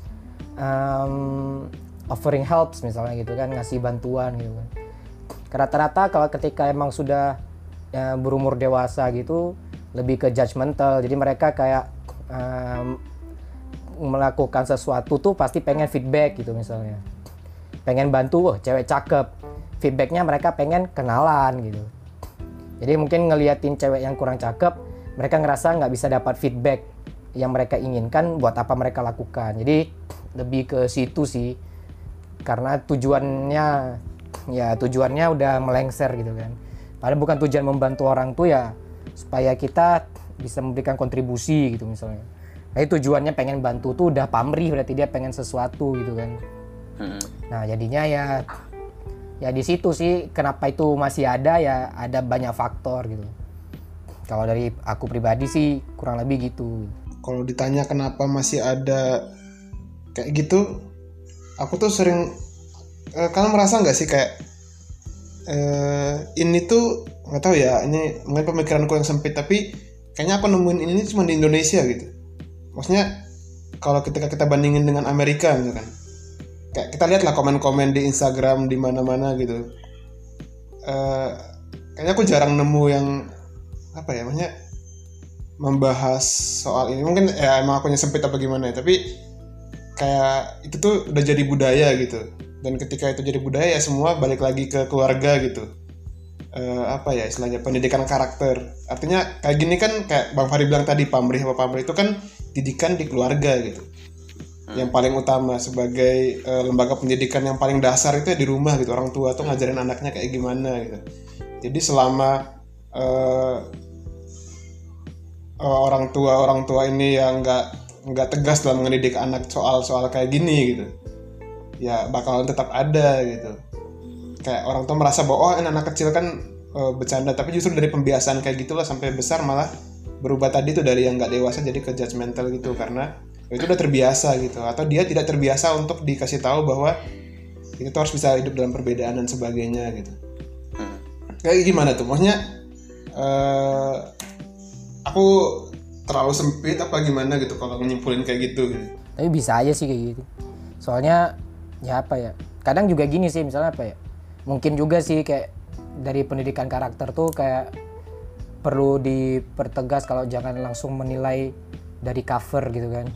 offering helps misalnya gitu kan, ngasih bantuan gitu kan. Rata-rata kalau ketika emang sudah berumur dewasa gitu lebih ke judgmental. Jadi mereka kayak melakukan sesuatu tuh pasti pengen feedback gitu misalnya. Pengen bantu, wah cewek cakep. Feedbacknya mereka pengen kenalan gitu. Jadi mungkin ngeliatin cewek yang kurang cakep, mereka ngerasa nggak bisa dapat feedback yang mereka inginkan, buat apa mereka lakukan. Jadi lebih ke situ sih. Karena tujuannya udah melengser gitu kan. Padahal bukan tujuan membantu orang tuh ya supaya kita bisa memberikan kontribusi gitu misalnya. Tapi tujuannya pengen bantu tuh udah pamrih, berarti dia pengen sesuatu gitu kan. Nah jadinya ya di situ sih kenapa itu masih ada, ya ada banyak faktor gitu. Kalau dari aku pribadi sih kurang lebih gitu. Kalau ditanya kenapa masih ada kayak gitu, aku tuh sering kalian merasa nggak sih kayak ini tuh nggak tahu ya, ini mungkin pemikiranku yang sempit, tapi kayaknya aku nemuin ini cuma di Indonesia gitu. Maksudnya kalau ketika kita bandingin dengan Amerika gitu kan, kayak kita lihat lah komen-komen di Instagram di mana-mana gitu, kayaknya aku jarang nemu yang apa ya, maksudnya membahas soal ini. Mungkin ya emang akunya sempit apa gimana ya, tapi kayak itu tuh udah jadi budaya gitu. Dan ketika itu jadi budaya ya semua balik lagi ke keluarga gitu. Apa ya istilahnya, pendidikan karakter. Artinya kayak gini kan, kayak Bang Fahri bilang tadi, pamrih itu kan didikan di keluarga gitu. Yang paling utama sebagai lembaga pendidikan yang paling dasar itu ya di rumah gitu. Orang tua tuh ngajarin anaknya kayak gimana gitu. Jadi selama orang tua ini yang nggak tegas dalam mendidik anak soal kayak gini gitu, ya bakalan tetap ada gitu. Kayak orang tua merasa bahwa anak kecil kan bercanda, tapi justru dari pembiasaan kayak gitulah sampai besar malah berubah tadi tuh, dari yang nggak dewasa jadi ke judgmental gitu, karena itu udah terbiasa gitu, atau dia tidak terbiasa untuk dikasih tahu bahwa kita harus bisa hidup dalam perbedaan dan sebagainya gitu. Kayak gimana tuh, maksudnya aku terlalu sempit apa gimana gitu kalau nyimpulin kayak gitu. Tapi bisa aja sih kayak gitu. Soalnya ya apa ya, kadang juga gini sih, misalnya apa ya, mungkin juga sih kayak dari pendidikan karakter tuh kayak perlu dipertegas kalau jangan langsung menilai dari cover gitu kan.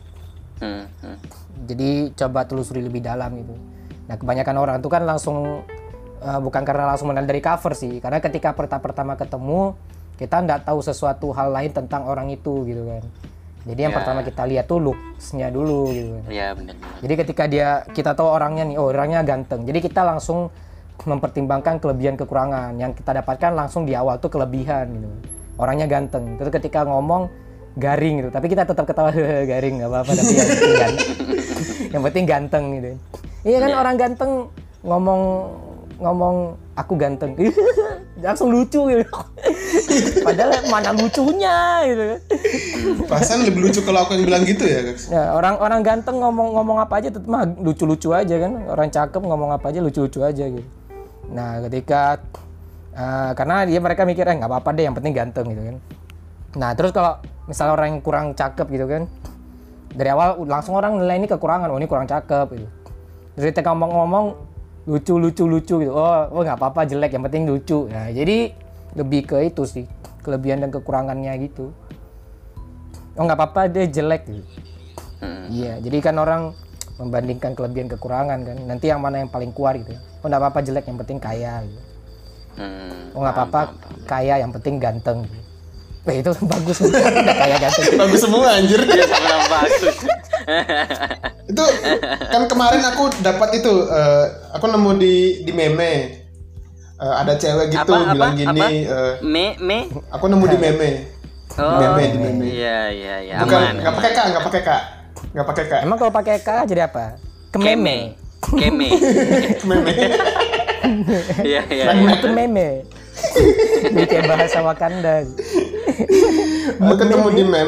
Jadi coba telusuri lebih dalam gitu. Nah kebanyakan orang tuh kan langsung bukan karena langsung menilai dari cover sih, karena ketika pertama ketemu kita nggak tahu sesuatu hal lain tentang orang itu gitu kan. Jadi yang pertama kita lihat tuh looks-nya dulu gitu kan. Iya benar. Jadi ketika kita tahu orangnya nih, oh orangnya ganteng, jadi kita langsung mempertimbangkan kelebihan kekurangan. Yang kita dapatkan langsung di awal tuh kelebihan gitu. Orangnya ganteng. Terus ketika ngomong garing gitu, tapi kita tetap ketawa garing nggak apa-apa, tapi yang penting ganteng gitu. Iya kan, orang ganteng ngomong aku ganteng langsung lucu gitu. Padahal mana lucunya gitu. Perasaan lebih lucu kalau aku yang bilang gitu ya guys. Ya, orang ganteng ngomong apa aja tetap mah lucu-lucu aja kan. Orang cakep ngomong apa aja lucu-lucu aja gitu. Nah ketika karena mereka mikir nggak apa-apa deh, yang penting ganteng gitu kan. Nah terus kalau misalnya orang yang kurang cakep gitu kan, dari awal langsung orang nilai ini kekurangan, oh ini kurang cakep gitu. Terus kita ngomong lucu gitu, oh nggak apa-apa jelek, yang penting lucu. Nah jadi lebih ke itu sih, kelebihan dan kekurangannya gitu. Oh nggak apa-apa deh jelek gitu. Iya, jadi kan orang membandingkan kelebihan kekurangan kan, nanti yang mana yang paling kuat gitu. Oh nggak apa-apa jelek, yang penting kaya gitu. Oh nggak apa-apa kaya, yang penting ganteng gitu. itu bagus. Udah kayak ganteng. Bagus semua anjir. Dia sama bagus. Itu kan kemarin aku dapat itu aku nemu di meme. Ada cewek gitu bilang gini aku nemu di meme. Di meme. Iya, Bukan aman. enggak pakai K. Emang kalau pakai K jadi apa? Kememe. Keme. Meme. Iya. Itu meme. Jadi kayak bahasa Wakanda. Aku ketemu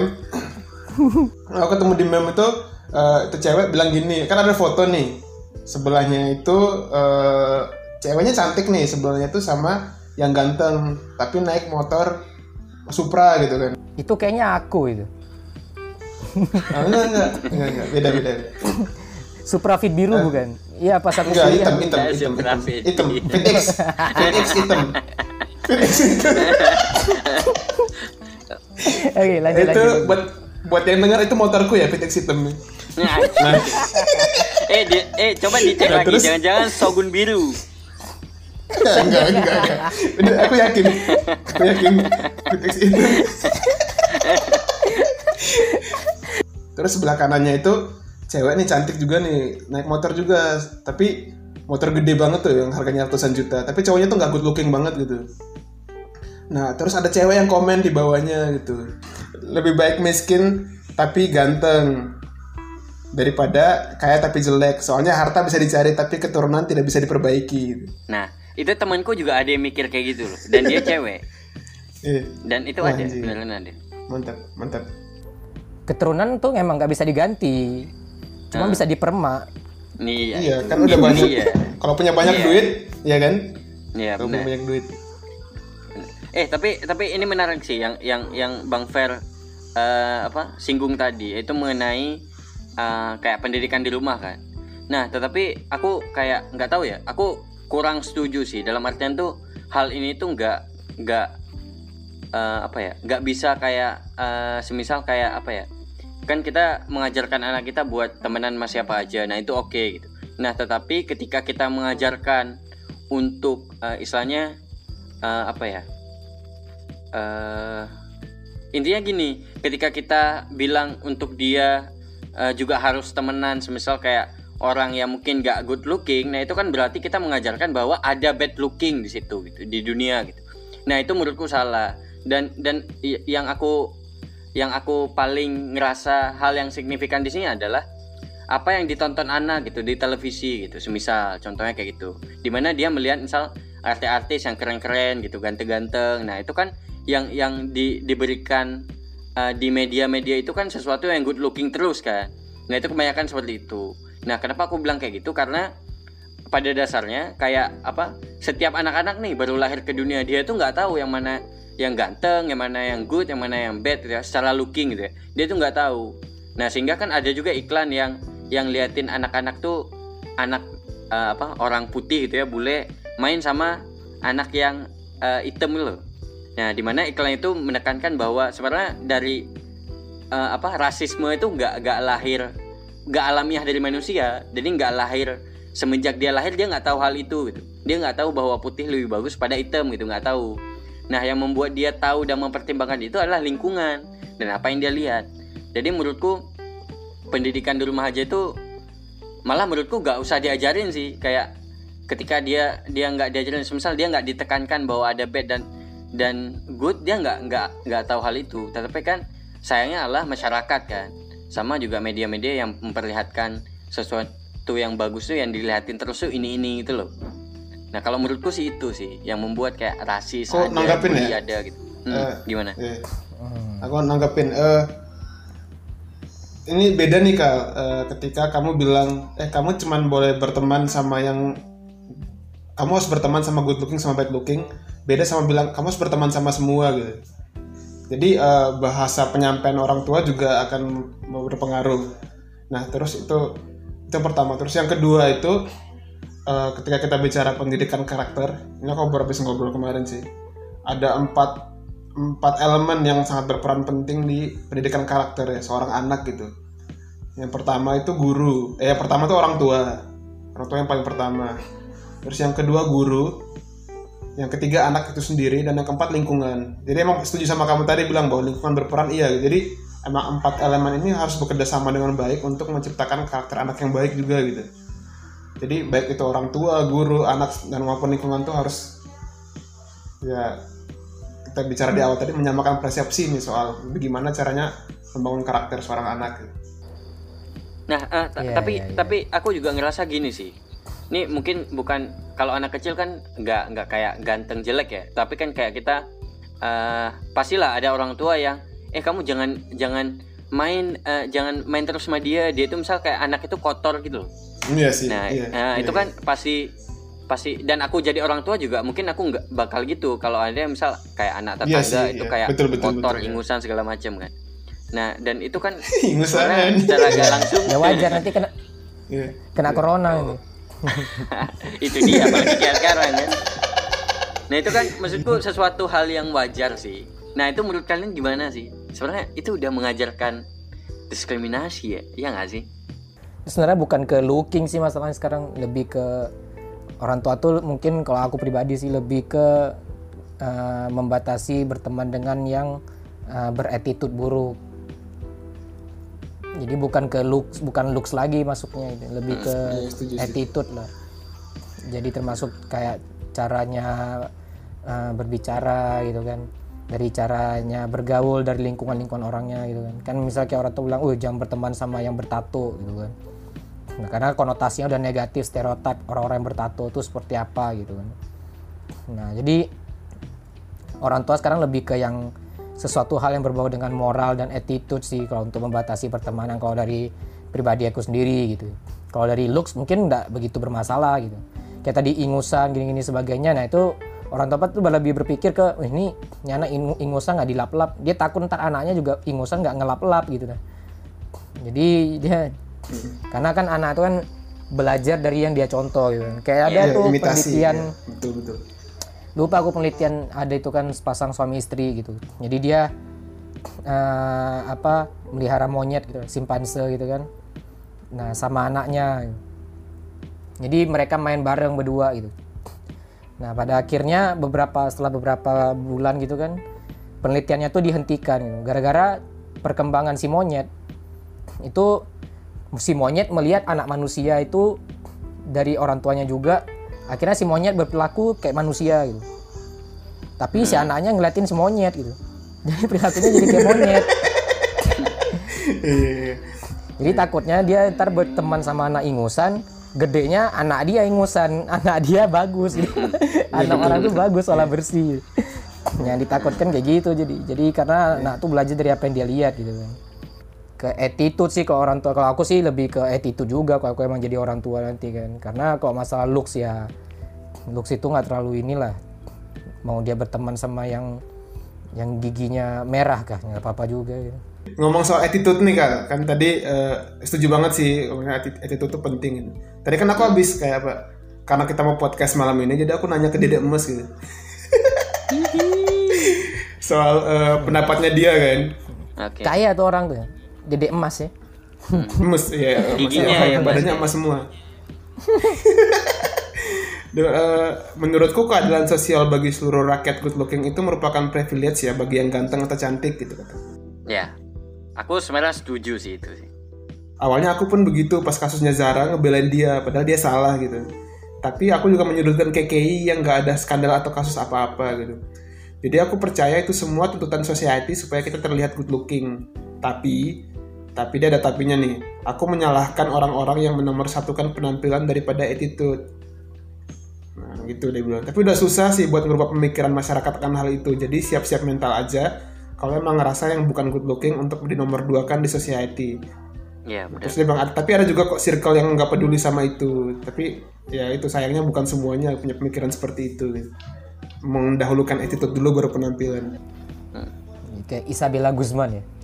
di meme itu cewek bilang gini, kan ada foto nih sebelahnya itu ceweknya cantik nih, sebelahnya tuh sama yang ganteng tapi naik motor Supra gitu kan. Itu kayaknya aku itu. Enggak, beda. Supra Fit biru bukan? Iya pas aku Enggak, kuliah. hitam. FitX hitam. Oke, lanjut Itu lagi. buat yang dengar itu motorku ya, FitX hitam nih. Nah, Nah, coba dicek Nah, lagi, terus? jangan-jangan Shogun biru. enggak. Udah, aku yakin FitX hitam. Terus sebelah kanannya itu cewek nih cantik juga nih, naik motor juga, tapi motor gede banget tuh yang harganya ratusan juta, tapi cowoknya tuh nggak good looking banget gitu. Nah terus ada cewek yang komen di bawahnya gitu, lebih baik miskin tapi ganteng daripada kaya tapi jelek, soalnya harta bisa dicari tapi keturunan tidak bisa diperbaiki gitu. Nah, itu temanku juga ada yang mikir kayak gitu loh, dan dia cewek. Dan itu Wah, ada, anjing. beneran ada. Mantap. Keturunan tuh emang nggak bisa diganti. Cuma bisa dipermak. Iya kan udah banyak. Iya. Kalau punya banyak Iya. duit, ya kan? Iya, Kalau punya benar. banyak duit. Tapi ini menarik sih yang Bang Fer singgung tadi, itu mengenai kayak pendidikan di rumah kan. Nah, tetapi aku kayak nggak tahu ya, aku kurang setuju sih, dalam artian tuh hal ini tuh nggak bisa kayak semisal kayak apa ya, kan kita mengajarkan anak kita buat temenan sama siapa aja, nah itu oke gitu. Nah tetapi ketika kita mengajarkan untuk istilahnya intinya gini, ketika kita bilang untuk dia juga harus temenan semisal kayak orang yang mungkin gak good looking, nah itu kan berarti kita mengajarkan bahwa ada bad looking di situ gitu, di dunia gitu. Nah itu menurutku salah. Dan yang aku paling ngerasa hal yang signifikan di sini adalah apa yang ditonton anak gitu di televisi gitu. Semisal contohnya kayak gitu, dimana dia melihat misal artis-artis yang keren-keren gitu, ganteng-ganteng. Nah itu kan yang diberikan di media-media itu kan sesuatu yang good looking terus kan. Nah itu kebanyakan seperti itu. Nah kenapa aku bilang kayak gitu, karena pada dasarnya kayak apa, setiap anak-anak nih baru lahir ke dunia, dia tuh nggak tahu yang mana yang ganteng, yang mana yang good, yang mana yang bad gitu ya, secara looking gitu ya, dia tuh nggak tahu. Nah sehingga kan ada juga iklan yang liatin anak-anak tuh orang putih gitu ya, bule main sama anak yang hitam loh. Nah dimana iklan itu menekankan bahwa sebenarnya dari rasisme itu nggak lahir, nggak alamiah dari manusia. Jadi nggak lahir, semenjak dia lahir dia nggak tahu hal itu gitu. Dia nggak tahu bahwa putih lebih bagus pada hitam gitu, nggak tahu. Nah yang membuat dia tahu dan mempertimbangkan itu adalah lingkungan dan apa yang dia lihat. Jadi menurutku pendidikan di rumah aja itu malah menurutku nggak usah diajarin sih. Kayak ketika dia nggak diajarin, misal dia nggak ditekankan bahwa ada bad dan good, dia nggak tahu hal itu. Tetapi kan sayangnya adalah masyarakat kan, sama juga media-media yang memperlihatkan sesuatu yang bagus tuh yang dilihatin terus tuh ini gitu loh. Nah kalau menurutku sih itu sih yang membuat kayak rasis ada, bully ada gitu. Gimana? Aku nanggapin. Ini beda nih Kak. Ketika kamu bilang, kamu cuman boleh berteman sama yang, kamu harus berteman sama good looking sama bad looking. Beda sama bilang kamu harus berteman sama semua gitu. Jadi bahasa penyampaian orang tua juga akan berpengaruh. Nah terus itu yang pertama. Terus yang kedua itu ketika kita bicara pendidikan karakter, ini aku baru habis ngobrol kemarin sih. Ada empat elemen yang sangat berperan penting di pendidikan karakter ya seorang anak gitu. Yang pertama itu guru. Yang pertama itu orang tua yang paling pertama. Terus yang kedua guru. yang ketiga anak itu sendiri, dan yang keempat lingkungan. Jadi emang setuju sama kamu tadi bilang bahwa lingkungan berperan, iya. Jadi emang 4 elemen ini harus bekerja sama dengan baik untuk menciptakan karakter anak yang baik juga gitu. Jadi baik itu orang tua, guru, anak, dan maupun lingkungan tuh harus, ya kita bicara di awal tadi, menyamakan persepsi nih soal bagaimana caranya membangun karakter seorang anak gitu. Nah, tapi aku juga ngerasa gini sih. Ini mungkin bukan, kalau anak kecil kan nggak kayak ganteng jelek ya, tapi kan kayak kita pastilah ada orang tua yang kamu jangan main terus sama dia itu misal kayak anak itu kotor gitu loh. Iya sih. Itu kan pasti, dan aku jadi orang tua juga mungkin aku nggak bakal gitu kalau ada misal kayak anak tetangga itu kayak kotor, ingusan segala macam kan. Nah, dan itu kan ingusan secara gak langsung ya wajar nanti kena corona gitu. Itu dia apalagi kayak sekarang kan. Nah itu kan maksudku sesuatu hal yang wajar sih. Nah itu menurut kalian gimana sih? Sebenarnya itu udah mengajarkan diskriminasi ya, iya nggak sih? Sebenarnya bukan ke looking sih masalahnya sekarang, lebih ke orang tua tuh mungkin kalau aku pribadi sih lebih ke membatasi berteman dengan yang beretitude buruk. Jadi bukan looks lagi masuknya, lebih ke attitude lah. Jadi termasuk kayak caranya berbicara gitu kan, dari caranya bergaul, dari lingkungan orangnya gitu kan. Kan misalnya kayak orang tuh bilang, jangan berteman sama yang bertato gitu kan. Nah, karena konotasinya udah negatif, stereotip orang-orang yang bertato itu seperti apa gitu kan. Nah, jadi orang tua sekarang lebih ke yang sesuatu hal yang berbau dengan moral dan attitude sih kalau untuk membatasi pertemanan. Kalau dari pribadi aku sendiri gitu. Kalau dari looks mungkin nggak begitu bermasalah gitu. Kayak tadi ingusan gini-gini sebagainya. Nah itu orang tua tuh lebih berpikir ke ini anak ingusan nggak dilap-lap. Dia takut ntar anaknya juga ingusan nggak ngelap-lap gitu. Nah. Jadi dia karena kan anak itu kan belajar dari yang dia contoh gitu. Kayak ada tuh imitasi, penelitian. Ya. Betul. Lupa aku penelitian, ada itu kan sepasang suami istri gitu. Jadi dia melihara monyet gitu, simpanse gitu kan. Nah, sama anaknya. Jadi mereka main bareng berdua gitu. Nah, pada akhirnya setelah beberapa bulan gitu kan, penelitiannya tuh dihentikan gitu. Gara-gara perkembangan si monyet. Itu si monyet melihat anak manusia itu dari orang tuanya juga. Akhirnya si monyet berperilaku kayak manusia gitu. Tapi si anaknya ngeliatin si monyet gitu. Jadi perilakunya jadi kayak monyet. Jadi takutnya dia ntar berteman sama anak ingusan, gedenya anak dia ingusan, anak dia bagus gitu. Anak orang tuh bagus, olah bersih. Yang ditakutkan kayak gitu jadi karena anak tuh belajar dari apa yang dia lihat gitu kan. Ke attitude sih kalau orang tua, kalau aku sih lebih ke attitude juga kalau aku emang jadi orang tua nanti kan. Karena kalau masalah looks ya, looks itu nggak terlalu inilah. Mau dia berteman sama yang giginya merah kah, nggak apa-apa juga gitu. Ngomong soal attitude nih kan tadi setuju banget sih, attitude itu penting. Tadi kan aku habis kayak apa, karena kita mau podcast malam ini jadi aku nanya ke Dede Emas gitu. Soal pendapatnya dia kan. Okay. Kaya tuh orang tuh ya. Dede Emas ya. Emas ya, giginya badannya emas semua. Menurutku keadilan sosial bagi seluruh rakyat good looking itu merupakan privilege ya bagi yang ganteng atau cantik gitu kata. Ya, aku sebenarnya setuju sih itu sih. Awalnya aku pun begitu pas kasusnya Zara ngebelain dia, padahal dia salah gitu. Tapi aku juga menyudutkan KKI yang nggak ada skandal atau kasus apa-apa gitu. Jadi aku percaya itu semua tuntutan society supaya kita terlihat good looking. Tapi dia ada tapinya nih. Aku menyalahkan orang-orang yang menomorsatukan penampilan daripada attitude. Nah gitu dia bilang. Tapi udah susah sih buat merubah pemikiran masyarakat akan hal itu. Jadi siap-siap mental aja kalau emang ngerasa yang bukan good looking untuk dinomorduakan di society. Iya benar. Terus dia bilang, tapi ada juga kok circle yang nggak peduli sama itu. Tapi ya itu sayangnya bukan semuanya punya pemikiran seperti itu. Gitu. Mendahulukan attitude dulu baru penampilan. Kayak Isabella Guzman ya.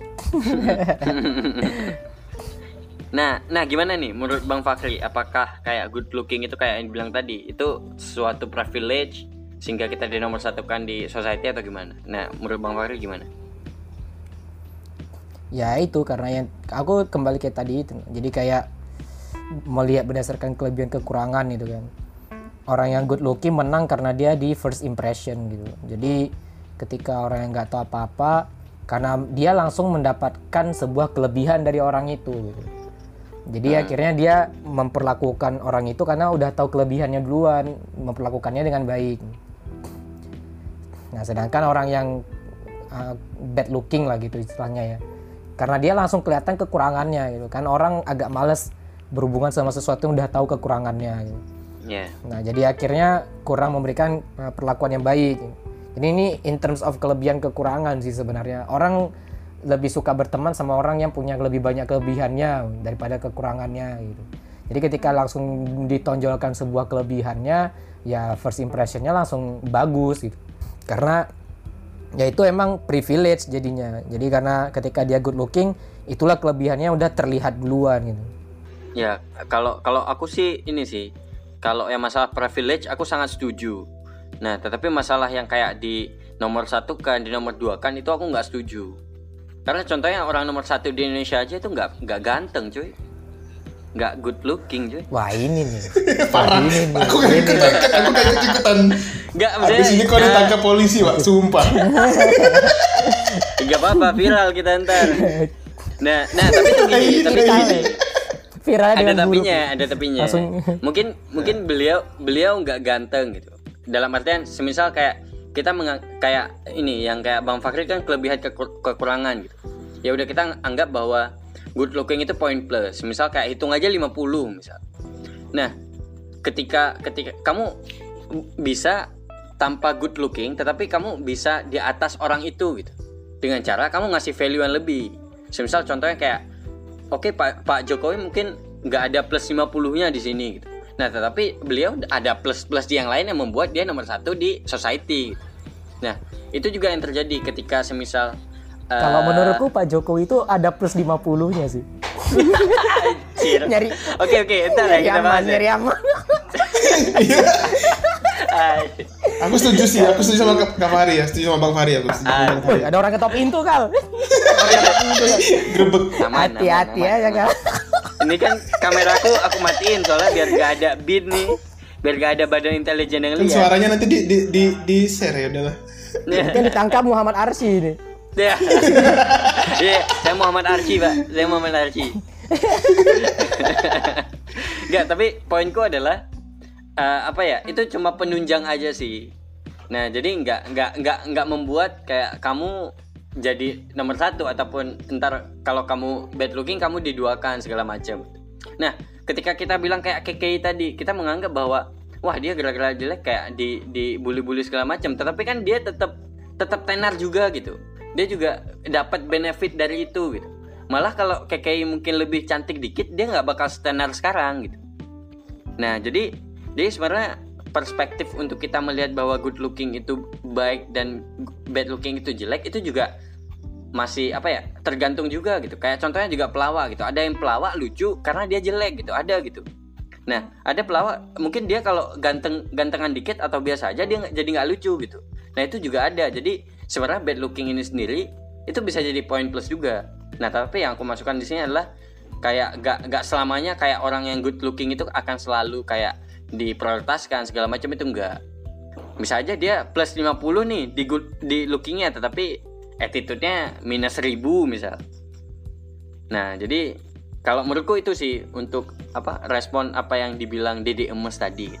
Nah gimana nih menurut Bang Fakri, apakah kayak good looking itu kayak yang dibilang tadi itu suatu privilege sehingga kita dinomorsatukan di society atau gimana? Nah menurut Bang Fakri gimana? Ya itu karena yang aku kembali kayak tadi itu. Jadi kayak melihat berdasarkan kelebihan kekurangan itu kan. orang yang good looking menang karena dia di first impression gitu. Jadi ketika orang yang nggak tahu apa-apa, karena dia langsung mendapatkan sebuah kelebihan dari orang itu gitu. Jadi akhirnya dia memperlakukan orang itu karena udah tahu kelebihannya duluan, memperlakukannya dengan baik. Nah, sedangkan orang yang bad looking lah gitu istilahnya ya, karena dia langsung kelihatan kekurangannya gitu kan, orang agak males berhubungan sama sesuatu yang udah tahu kekurangannya gitu. Nah, jadi akhirnya kurang memberikan perlakuan yang baik. Jadi ini in terms of kelebihan kekurangan sih sebenarnya. Orang lebih suka berteman sama orang yang punya lebih banyak kelebihannya daripada kekurangannya gitu. Jadi ketika langsung ditonjolkan sebuah kelebihannya, ya first impressionnya langsung bagus gitu. Karena ya itu emang privilege jadinya. Jadi karena ketika dia good looking, itulah kelebihannya udah terlihat duluan gitu. Ya, kalau aku sih ini sih, kalau yang masalah privilege aku sangat setuju. Nah, tetapi masalah yang kayak di nomor 1 kan, di nomor 2 kan, itu aku nggak setuju. Karena contohnya orang nomor 1 di Indonesia aja itu nggak ganteng cuy, nggak good looking cuy. Wah ini nih. Parah. Aku kayak ikutan. Nggak, Habis ini kau ditangkap polisi, Pak. Sumpah. Nggak apa-apa, viral kita ntar. Nah tapi itu gini, tapi gini. Ada tapinya. Langsung. Mungkin beliau nggak ganteng gitu. Dalam artian semisal kayak kita kayak ini yang kayak Bang Fakri kan kelebihan kekurangan gitu. Ya udah kita anggap bahwa good looking itu point plus. Misal kayak hitung aja 50 misal. Nah, ketika kamu bisa tanpa good looking tetapi kamu bisa di atas orang itu gitu. Dengan cara kamu ngasih value yang lebih. Semisal contohnya kayak oke, Pak Jokowi mungkin nggak ada plus 50-nya di sini gitu. Nah, tetapi beliau ada plus yang lain yang membuat dia nomor 1 di society. Nah, itu juga yang terjadi ketika semisal kalau menurutku Pak Jokowi itu ada plus 50-nya sih. Nyari. Oke, entar ya kita bahas. Nyari aman. Aku setuju sama Kak Fahri ya, setuju sama Bang Fahri aku. Ada orang ketok pintu kal. Grebek. Hati-hati ya kal. Ini kan kameraku aku matiin soalnya biar gak ada bin nih, biar gak ada badan intelijen yang lihat. Suaranya nanti di share ya udahlah. Mungkin ditangkap Muhammad Arsy ini. Ya. Iya, saya Muhammad Arsy, Pak. Saya Muhammad Arsy. Enggak, tapi poinku adalah apa ya? Itu cuma penunjang aja sih. Nah, jadi enggak membuat kayak kamu jadi nomor 1 ataupun entar kalau kamu bad looking kamu diduakan segala macam. Nah, ketika kita bilang kayak KKI tadi, kita menganggap bahwa wah dia gara-gara jelek kayak dibully-bully segala macam, tetapi kan dia tetap tenar juga gitu. Dia juga dapat benefit dari itu gitu. Malah kalau KKI mungkin lebih cantik dikit, dia nggak bakal tenar sekarang gitu. Nah, jadi sebenarnya perspektif untuk kita melihat bahwa good looking itu baik dan bad looking itu jelek itu juga masih apa ya, tergantung juga gitu. Kayak contohnya juga pelawak gitu, ada yang pelawak lucu karena dia jelek gitu, ada gitu. Nah, ada pelawak mungkin dia kalau gantengan dikit atau biasa aja dia jadi nggak lucu gitu. Nah, itu juga ada. Jadi sebenarnya bad looking ini sendiri itu bisa jadi point plus juga. Nah, tapi yang aku masukkan di sini adalah kayak nggak selamanya kayak orang yang good looking itu akan selalu kayak diprioritaskan segala macam, itu enggak. Bisa aja dia plus 50 nih di lookingnya, tetapi attitude-nya minus 1000 misal. Nah, jadi kalau menurutku itu sih untuk respon apa yang dibilang Dede Emes tadi.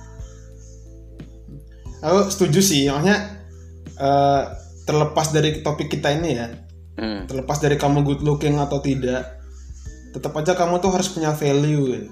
Aku setuju sih, makanya terlepas dari topik kita ini ya, terlepas dari kamu good looking atau tidak, tetap aja kamu tuh harus punya value gitu.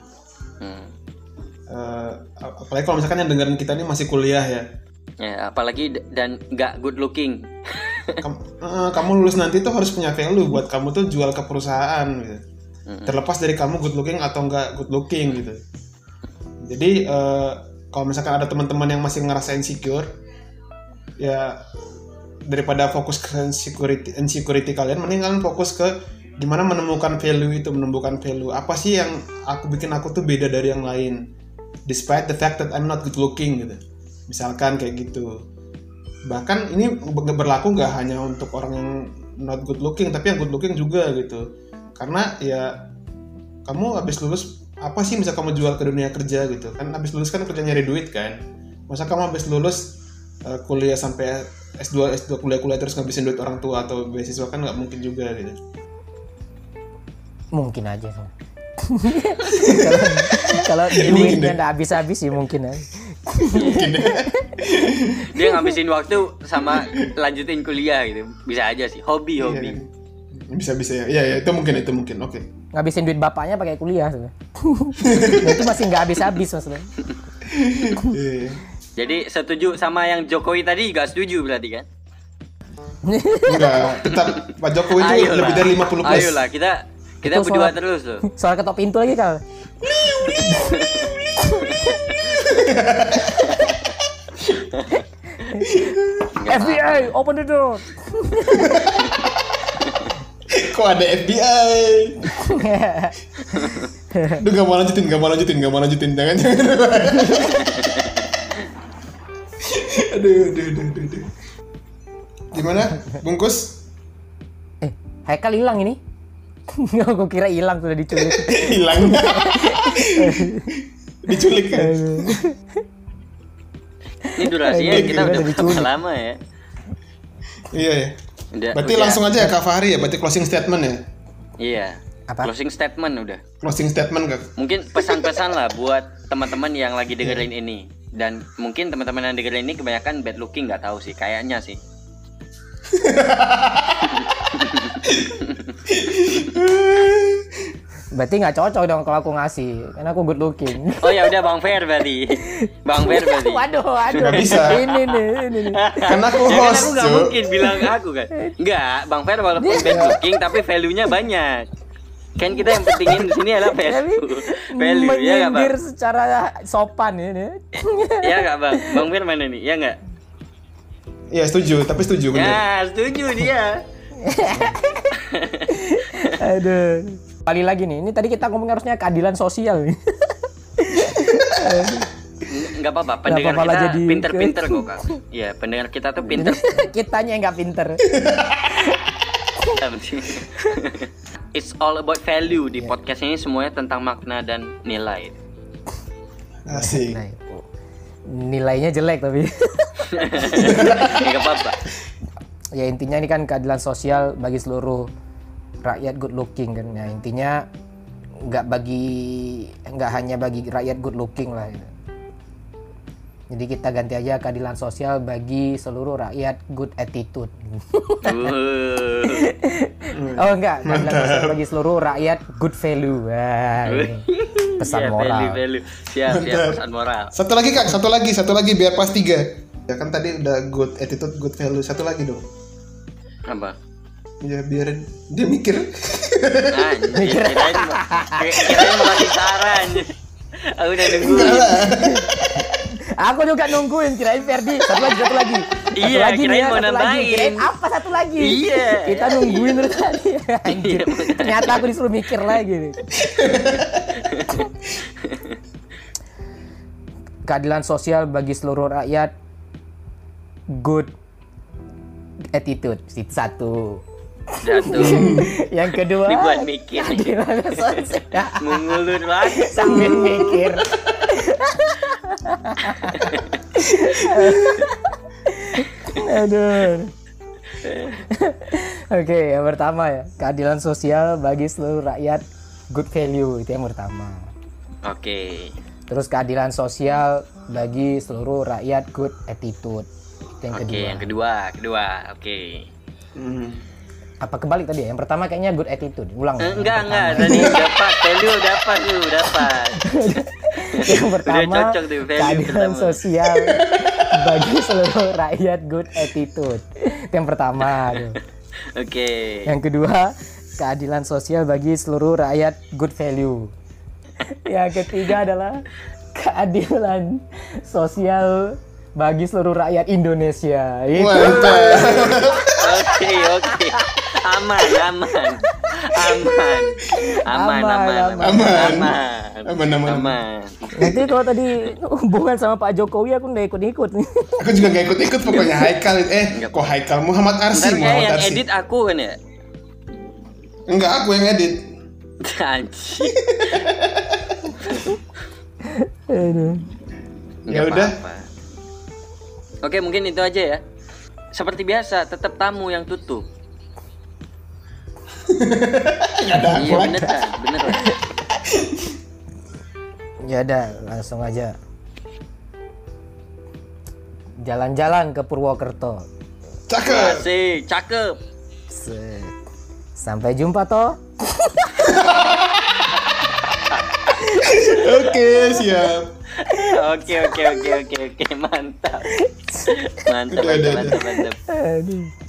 Apalagi kalau misalkan yang dengerin kita ini masih kuliah ya. Ya, apalagi dan nggak good looking. Kamu lulus nanti tuh harus punya value buat kamu tuh jual ke perusahaan gitu. Terlepas dari kamu good looking atau nggak good looking gitu. Jadi kalau misalkan ada teman-teman yang masih ngerasa insecure, ya daripada fokus ke insecurity kalian, mending kalian fokus ke gimana menemukan value apa sih yang bikin aku tuh beda dari yang lain, despite the fact that I'm not good looking gitu. Misalkan kayak gitu. Bahkan ini berlaku nggak hanya untuk orang yang not good looking, tapi yang good looking juga gitu. Karena ya kamu habis lulus, apa sih bisa kamu jual ke dunia kerja gitu kan? Habis lulus kan kerja nyari duit kan. Masa kamu habis lulus kuliah sampai S2 kuliah terus ngabisin duit orang tua atau beasiswa, kan nggak mungkin juga gitu. Mungkin aja sih. Kalau duitnya nggak habis-habis ya mungkin aja. Mungkin ya. Dia ngabisin waktu sama lanjutin kuliah gitu. Bisa aja sih, hobi. Bisa ya. Iya, itu mungkin. Oke. Ngabisin duit bapaknya pakai kuliah sebenarnya. Nah, itu masih nggak habis-habis maksudnya. Iya. Jadi setuju sama yang Jokowi tadi, gak setuju berarti kan? Enggak, tetap Pak Jokowi itu lebih dari 50 plus. Ayolah, kita Itu berdua soal- terus tuh. Soal ketok pintu lagi Kal. FBI, open the door. Kok ada FBI? Duh, gak mau lanjutin. Jangan. Aduh. Gimana? Bungkus? Haikal hilang ini. Aku kira hilang sudah diculik. Hilang. Diculik kan? Ini durasinya kita Udah udah diculik. berapa lama ya? Iya ya. Berarti Udah. langsung aja ya Kak Fahri ya, berarti closing statement ya. Iya. Apa? Closing statement udah. Closing statement Kak. Mungkin pesan-pesan lah buat teman-teman yang lagi dengerin ini. Dan mungkin teman-teman yang dengerin ini kebanyakan bad looking, nggak tahu sih, kayaknya sih. Berarti nggak cocok dong kalau aku ngasih, karena aku good looking. Oh ya udah Bang Fer berarti. Waduh. Nggak bisa. Ini nih. Karena aku Ya kan host, aku nggak Cuk. mungkin bilang aku kan. Enggak, Bang Fer walaupun bad looking tapi value-nya banyak. Kan kita yang pentingin di sini adalah Tapi value, ya nggak Bang? menyindir secara sopan ini. Ya nggak Bang? Bang Fer mana nih? Ya nggak? Iya setuju benar. Ya setuju dia. Aduh. Kali lagi nih, ini tadi kita ngomong harusnya keadilan sosial nih. Nggak apa-apa, pendengar apa-apa lah kita jadi- pinter-pinter kok Kak. Iya, pendengar kita tuh pinter. Kitanya yang nggak pinter. It's all about value di podcast ini, semuanya tentang makna dan nilai. Asik. Nah, itu. Nilainya jelek tapi. Ya nggak apa-apa. Ya intinya ini kan keadilan sosial bagi seluruh rakyat good looking kan. Ya intinya nggak hanya bagi rakyat good looking lah gitu. Jadi kita ganti aja keadilan sosial bagi seluruh rakyat good attitude. Oh enggak, keadilan sosial bagi seluruh rakyat good value. Wah, ini pesan Iya, moral. value. Siap, Mantap. pesan moral. Satu lagi Kak, satu lagi biar pas 3. Ya kan tadi udah good attitude, good value. Satu lagi dong. Apa? Ya biar dia mikir. Anjir, kirain mau kasih saran. Aku udah nungguin. Aku juga nungguin, kirain Ferdi. Satu lagi. Iya, Satu lagi kirain nih ya, mau satu lagi. nambahin. Kirain apa satu lagi? Iya. Kita nungguin dari tadi. Anjir. Iya, Ternyata aku disuruh mikir lagi nih. Keadilan sosial bagi seluruh rakyat, good attitude. Itu satu. Jatuh. Yang kedua, Ini buat mikir. keadilan sosial. Mengulur lagi. Sambil mikir. Aduh. Oke, yang pertama ya, keadilan sosial bagi seluruh rakyat, good value, itu yang pertama. Oke. Terus keadilan sosial bagi seluruh rakyat, good attitude, itu yang Oke, kedua. yang kedua. Oke. Apa kebalik tadi ya? Yang pertama kayaknya good attitude. Ulang. Enggak. Tadi dapat value dapat. Yang pertama, Udah cocok tuh, value keadilan pertama. sosial bagi seluruh rakyat, good attitude. Itu yang pertama. Tuh. Oke. Yang kedua, keadilan sosial bagi seluruh rakyat, good value. Yang ketiga adalah keadilan sosial bagi seluruh rakyat Indonesia. Itu. Oke. Aman. Nanti kalau tadi hubungan sama Pak Jokowi aku nggak ikut-ikut. Aku juga gak ikut-ikut pokoknya. Haikal. Kok Haikal? Muhammad Arsi. Ntar kayak yang Muhammad Arsi. edit aku kan ya? Enggak, aku yang edit. Anjir. Aduh. Ya Nggak udah. apa-apa. Oke, mungkin itu aja ya. Seperti biasa, tetap tamu yang tutup. Ada Iya aku bener aja. kan, bener kan. Ya udah, langsung aja. Jalan-jalan ke Purwokerto. Cakep. Asik, cakep. Set. Sampai jumpa toh. Oke, siap. Oke, mantap. Mantap, Udah. mantap. Aduh.